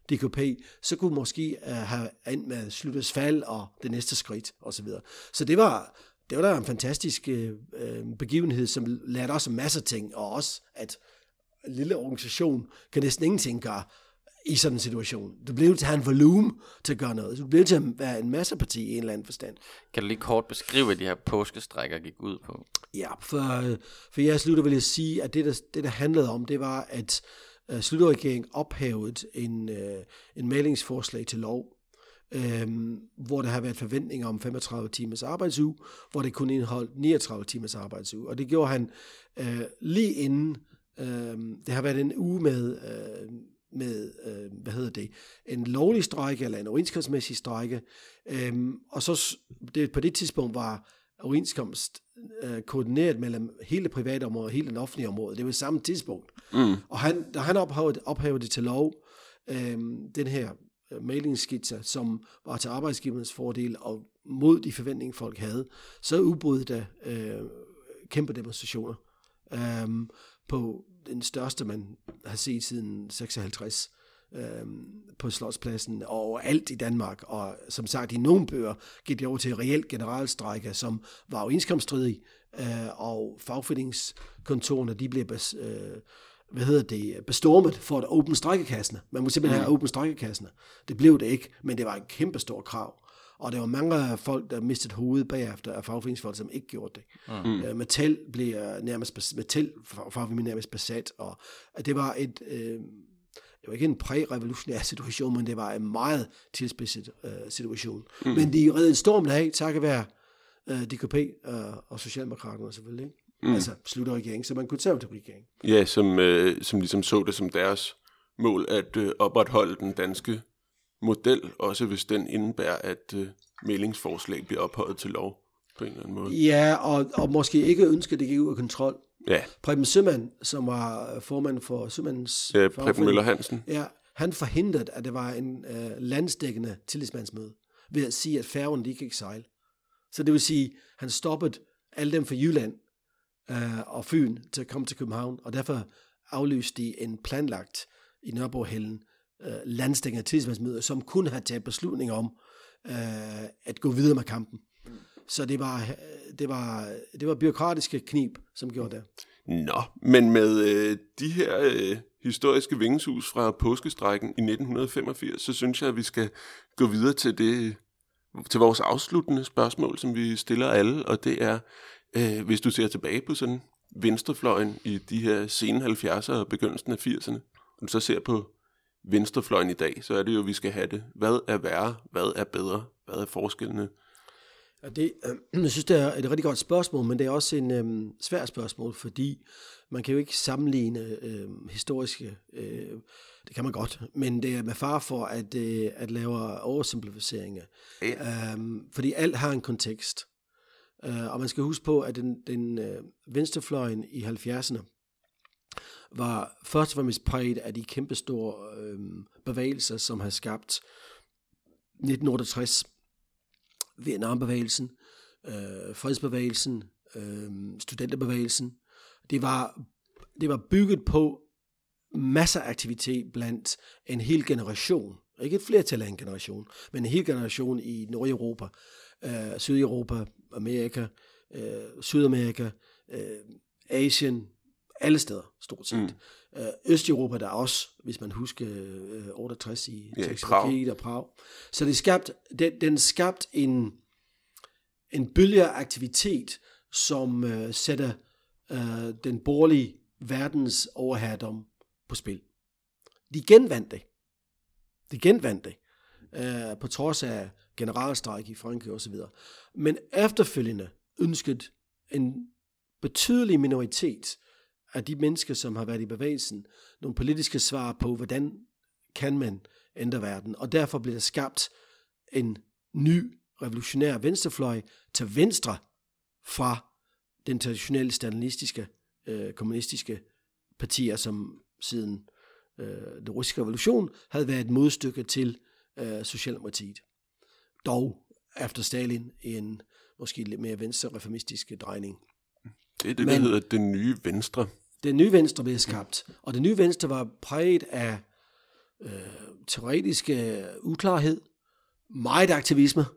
DKP, så kunne måske have endt med Schlüters fald og det næste skridt osv. Så det var da en fantastisk begivenhed, som lærte os en masse ting, og også at en lille organisation kan næsten ingenting gøre i sådan en situation. Du bliver nødt til at have en volumen til at gøre noget. Du bliver nødt til at være en masse parti i en eller anden forstand. Kan du lige kort beskrive, hvad de her påskestrækker gik ud på? Ja, for jeg slutter vil jeg sige, at det der handlede om, det var, at Schlüter-regeringen ophævede en mailingsforslag til lov, hvor der har været forventninger om 35 timers arbejdsuge, hvor det kunne indeholde 39 timers arbejdsuge. Og det gjorde han lige inden. Det har været en uge med en lovlig strejke, eller en overenskomstmæssig strejke, og så på det tidspunkt var overenskomst koordineret mellem hele det private område og hele den offentlige område. Det var samme tidspunkt. Og da han ophævede det til lov, den her mailingsskitser, som var til arbejdsgivernes fordel og mod de forventninger, folk havde, så udbrød der kæmpe demonstrationer på den største, man har set siden 56 på Slotspladsen og overalt i Danmark. Og som sagt, i nogle bøger gik det over til reelt generalstrejker, som var overenskomststridige, og fagforeningskontorerne, de blev bestormet for at åbne strejkekasserne. Man må simpelthen have åbnet strejkekasserne. Det blev det ikke, men det var en kæmpe stor krav. Og der var mange folk, der mistede hovedet bagefter af fagforeningsfolk, som ikke gjorde det. Metal blev nærmest besat, og det var det var ikke en præ-revolutionær situation, men det var en meget tilspidset situation. Men de reddede stormen af, takket være DKP og Socialdemokraterne selvfølgelig. Altså Schlüter-regeringen, som en konservativ regering. Ja, som ligesom så det som deres mål at opretholde den danske model, også hvis den indebærer, at mailingsforslag bliver ophøjet til lov på en eller anden måde. Ja, og måske ikke ønsker, det gik ud af kontrol. Ja. Preben Sømann, som var formand for Sømandens Preben Møller Hansen. Ja, han forhindrede, at det var en landsdækkende tillidsmandsmøde, ved at sige, at færgen de kan ikke sejle. Så det vil sige, han stoppede alle dem fra Jylland og Fyn til at komme til København, og derfor aflyste de en planlagt i Nørrebrohallen landsdækkende tillidsmandsmøde, som kunne have taget beslutninger om at gå videre med kampen. Så det var bureaukratiske knib, som gjorde det. Nå, men med de her historiske vingesus fra påskestrækken i 1985, så synes jeg, at vi skal gå videre til vores afsluttende spørgsmål, som vi stiller alle, og det er, hvis du ser tilbage på sådan venstrefløjen i de her sene 70'ere og begyndelsen af 80'erne, og du så ser på venstrefløjen i dag, så er det jo, vi skal have det. Hvad er værre? Hvad er bedre? Hvad er forskellene? Jeg synes, det er et rigtig godt spørgsmål, men det er også en svær spørgsmål, fordi man kan jo ikke sammenligne historiske, det kan man godt, men det er med fare for at lave oversimplificeringer. Ja. Fordi alt har en kontekst. Og man skal huske på, at den venstrefløjen i 70'erne var først og fremmest præget af de kæmpestore bevægelser, som har skabt 1968, Vietnambevægelsen, fredsbevægelsen, studenterbevægelsen. Det var bygget på masser af aktivitet blandt en hel generation. Ikke et flertal af en generation, men en hel generation i Nordeuropa, Sydeuropa, Amerika, Sydamerika, Asien, alle steder stort set. Østeuropa der også, hvis man husker 68 i Tjekkoslovakiet og Prag. Så den skabte en bølge af aktivitet, som sætter den borgerlige verdens overherredom på spil. De genvandt det. På trods af generalstrejke i Frankrig osv. Men efterfølgende ønskede en betydelig minoritet af de mennesker, som har været i bevægelsen, nogle politiske svar på, hvordan kan man ændre verden. Og derfor blev der skabt en ny revolutionær venstrefløj til venstre fra den traditionelle stalinistiske, kommunistiske partier, som siden den russiske revolution havde været et modstykke til Socialdemokratiet. Dog efter Stalin i en måske lidt mere venstre-reformistisk drejning. Det er det, der hedder den nye venstre. Den nye venstre blev skabt, og den nye venstre var præget af teoretiske uklarhed, meget aktivisme,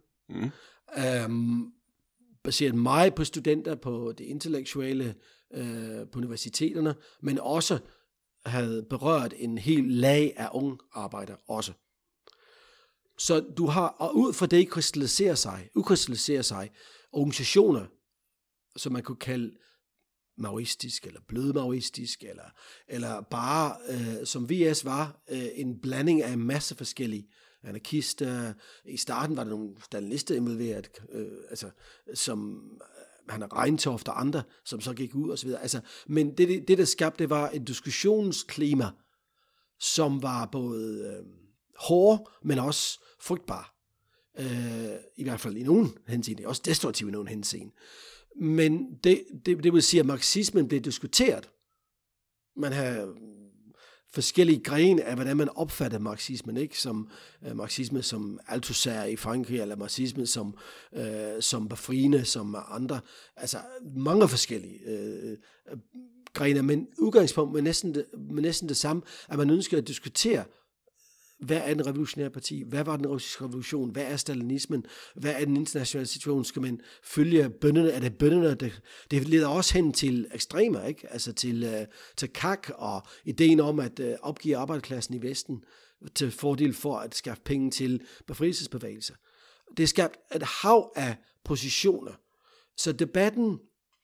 baseret meget på studenter, på det intellektuelle, på universiteterne, men også havde berørt en hel lag af unge arbejdere også. Så du har, og ud fra det udkrystalliserer sig organisationer, som man kunne kalde maoistisk, eller blødmaoistisk, eller bare, som VS var, en blanding af en masse forskellige anarkister. I starten var der nogle stalinister involveret, som han har Reintoft og andre, som så gik ud og så videre. Men det der skabte, det var et diskussionsklima, som var både hård, men også frygtbar. I hvert fald i nogen henseende, også destruktiv i nogen henseende. Men det vil sige, at marxismen blev diskuteret. Man har forskellige grene af, hvordan man opfatter marxismen, ikke? Som marxisme som Althusser i Frankrig, eller marxisme som befriende, som andre. Mange forskellige grene, men udgangspunkt med næsten det samme, at man ønsker at diskutere, hvad er den revolutionære parti? Hvad var den russiske revolution? Hvad er stalinismen? Hvad er den internationale situation? Skal man følge bønderne? Er det bønderne? Det leder også hen til ekstremer, ikke? Til kak og ideen om at opgive arbejderklassen i Vesten til fordel for at skaffe penge til befrielsesbevægelser. Det er skabt et hav af positioner. Så debatten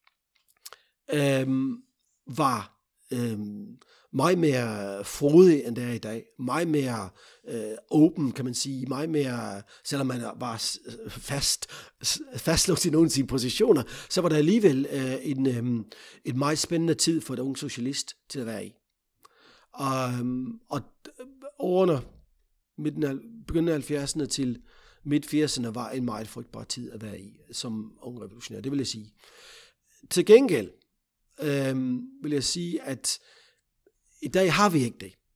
var meget mere frodig, end det er i dag. Meget mere åben, kan man sige. Meget mere, selvom man var fastlåst i nogle af sine positioner, så var der alligevel en meget spændende tid for et unge socialist til at være i. Og årene, begyndelsen af 70'erne til midt-80'erne, var en meget frygtbar tid at være i, som ung revolutionær. Det vil jeg sige. Til gengæld vil jeg sige, at i dag har vi ikke det.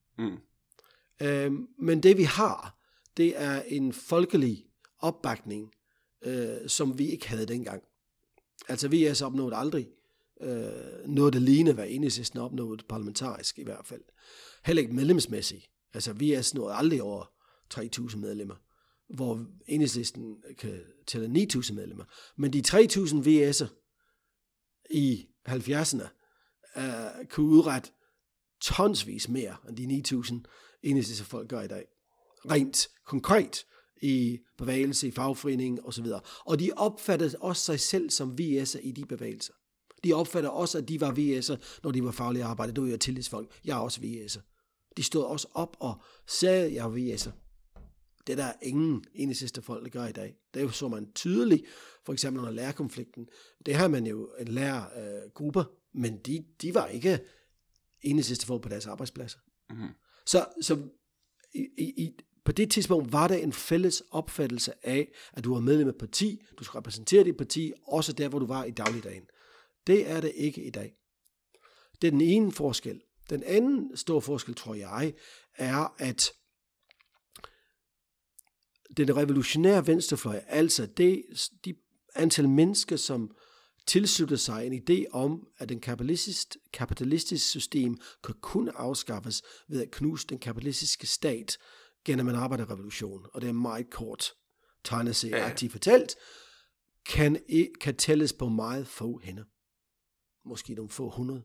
Men det vi har, det er en folkelig opbakning, som vi ikke havde dengang. VS opnåede aldrig noget der lignede, hvad Enhedslisten opnåede parlamentarisk i hvert fald. Heller ikke medlemsmæssigt. VS nåede aldrig over 3.000 medlemmer, hvor Enhedslisten kan tælle 9.000 medlemmer. Men de 3.000 VS'er i 70'erne kunne udrette tonsvis mere end de 9.000 eneste folk gør i dag. Rent konkret i bevægelse, i fagforening osv. Og de opfattede også sig selv som VS'er i de bevægelser. De opfattede også, at de var VS'er, når de var faglige arbejde. Det var jo tillidsfolk. Jeg er også VS'er. De stod også op og sagde, at jeg er VS'er. Det der er ingen eneste folk, der gør i dag. Det er jo så man tydeligt, for eksempel under lærerkonflikten. Det har man jo en lærergrupper, men de var ikke eneste folk på deres arbejdspladser. Mm-hmm. Så på det tidspunkt var der en fælles opfattelse af, at du var medlem af et parti, du skulle repræsentere dit parti, også der, hvor du var i dagligdagen. Det er det ikke i dag. Det er den ene forskel. Den anden store forskel, tror jeg, er, at den revolutionære venstrefløj, altså de antal mennesker, som tilslutter sig en idé om, at den kapitalistiske system kan kun afskaffes ved at knuse den kapitalistiske stat gennem en arbejderrevolution. Og det er meget kort tegneserieagtigt fortalt, kan tælles på meget få hænder. Måske nogle få 100.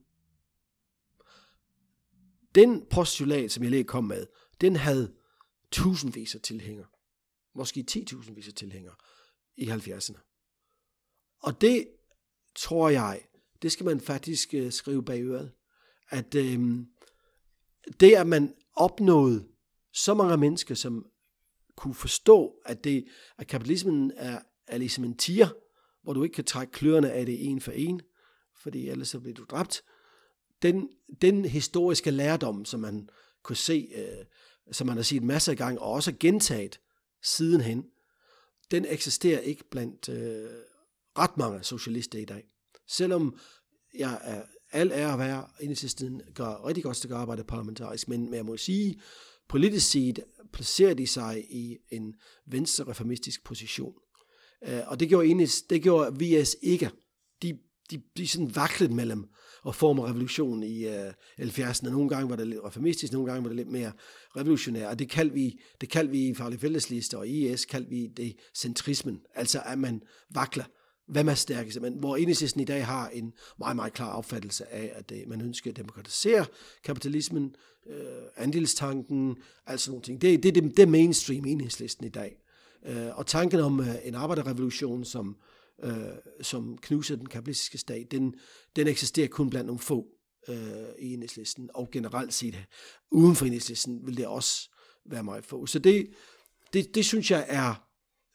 Den postulat, som jeg lige kom med, den havde tusindvis af tilhængere. Måske 10.000 af tilhængere i 70'erne. Og det tror jeg, det skal man faktisk skrive bag øret, at det, at man opnåede så mange mennesker, som kunne forstå, at kapitalismen er ligesom en tiger, hvor du ikke kan trække kløerne af det en for en, fordi ellers så bliver du dræbt. Den historiske lærdom, som man kunne se, som man har set masser af gange, og også gentaget sidenhen, den eksisterer ikke blandt ret mange socialister i dag. Selvom jeg er al ære at være, Enhedslisten gør rigtig godt stykke arbejde parlamentarisk, men jeg må sige, politisk set placerer de sig i en venstrereformistisk position. Og det gjorde VS ikke. de sådan vaklet mellem at forme revolution i 70'erne. Nogle gange var det lidt reformistisk, nogle gange var det lidt mere revolutionær, og det kaldte vi i Faglig Fællesliste og IS, kaldte vi det centrismen, altså at man vakler. Hvem er stærkest? Men hvor Enhedslisten i dag har en meget, meget klar opfattelse af, at man ønsker at demokratisere kapitalismen, andelstanken, altså nogle ting. Det er mainstream Enhedslisten i dag. Og tanken om en arbejderrevolution, som knuser den kapitalistiske stat, den eksisterer kun blandt nogle få i Enhedslisten, og generelt set uden for Enhedslisten vil det også være meget få. Så det synes jeg er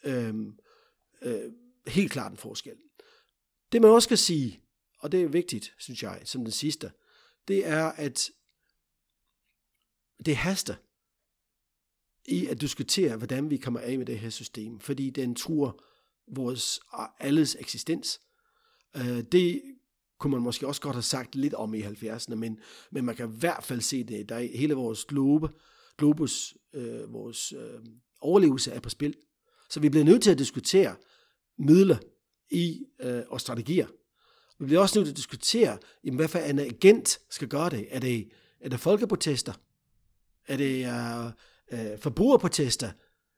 helt klart en forskel. Det man også skal sige, og det er vigtigt, synes jeg, som den sidste, det er, at det haster i at diskutere, hvordan vi kommer af med det her system, fordi den truer vores alles eksistens. Det kunne man måske også godt have sagt lidt om i 70'erne, men man kan i hvert fald se det i dag. Hele vores globus, vores overlevelse er på spil. Så vi bliver nødt til at diskutere midler og strategier. Vi bliver også nødt til at diskutere, hvad for en agent skal gøre det. Er det folkeprotester? Er det forbrugerprotester?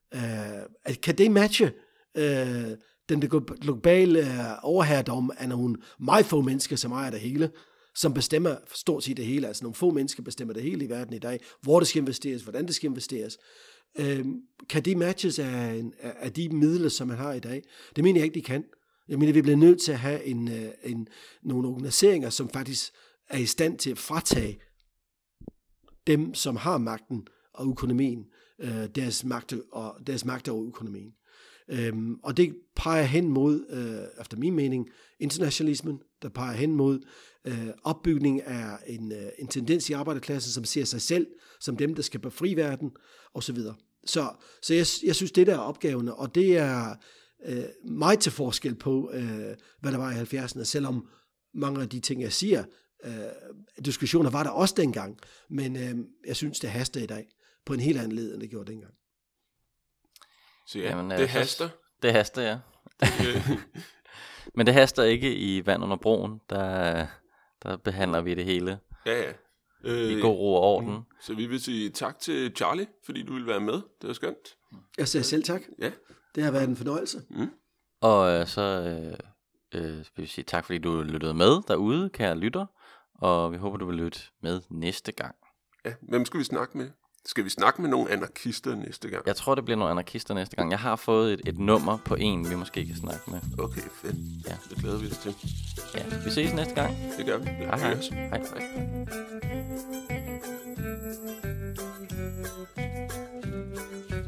Kan det matche den globale overherredom af nogle meget få mennesker, som ejer det hele, som bestemmer stort set det hele. Altså nogle få mennesker bestemmer det hele i verden i dag, hvor det skal investeres, hvordan det skal investeres. Kan de matches af de midler, som man har i dag? Det mener jeg ikke, de kan. Jeg mener, vi bliver nødt til at have nogle organiseringer, som faktisk er i stand til at fratage dem, som har magten og økonomien, deres magt over økonomien. Og det peger hen mod, efter min mening, internationalismen, der peger hen mod opbygning af en tendens i arbejderklassen, som ser sig selv som dem, der skal befri verden, osv. Så jeg synes, det der er opgaverne, og det er meget til forskel på, hvad der var i 70'erne, selvom mange af de ting, jeg siger, diskussioner var der også dengang, men jeg synes, det haster i dag på en helt anden led, end det gjorde dengang. Så ja, jamen, det haster. Det haster, ja. Men det haster ikke i Vand under broen. Der behandler vi det hele. Ja. I god ro og orden. Så vi vil sige tak til Charlie, fordi du ville være med. Det var skønt. Jeg siger selv tak. Ja. Det har været en fornøjelse. Og så vil vi sige tak, fordi du lyttede med derude, kære lytter. Og vi håber, du vil lytte med næste gang. Ja, hvem skal vi snakke med? Skal vi snakke med nogle anarkister næste gang? Jeg tror, det bliver nogle anarkister næste gang. Jeg har fået et nummer på en, vi måske kan snakke med. Okay, fedt. Ja. Det glæder vi os til. Ja, vi ses næste gang. Det gør vi. Hej. Hej.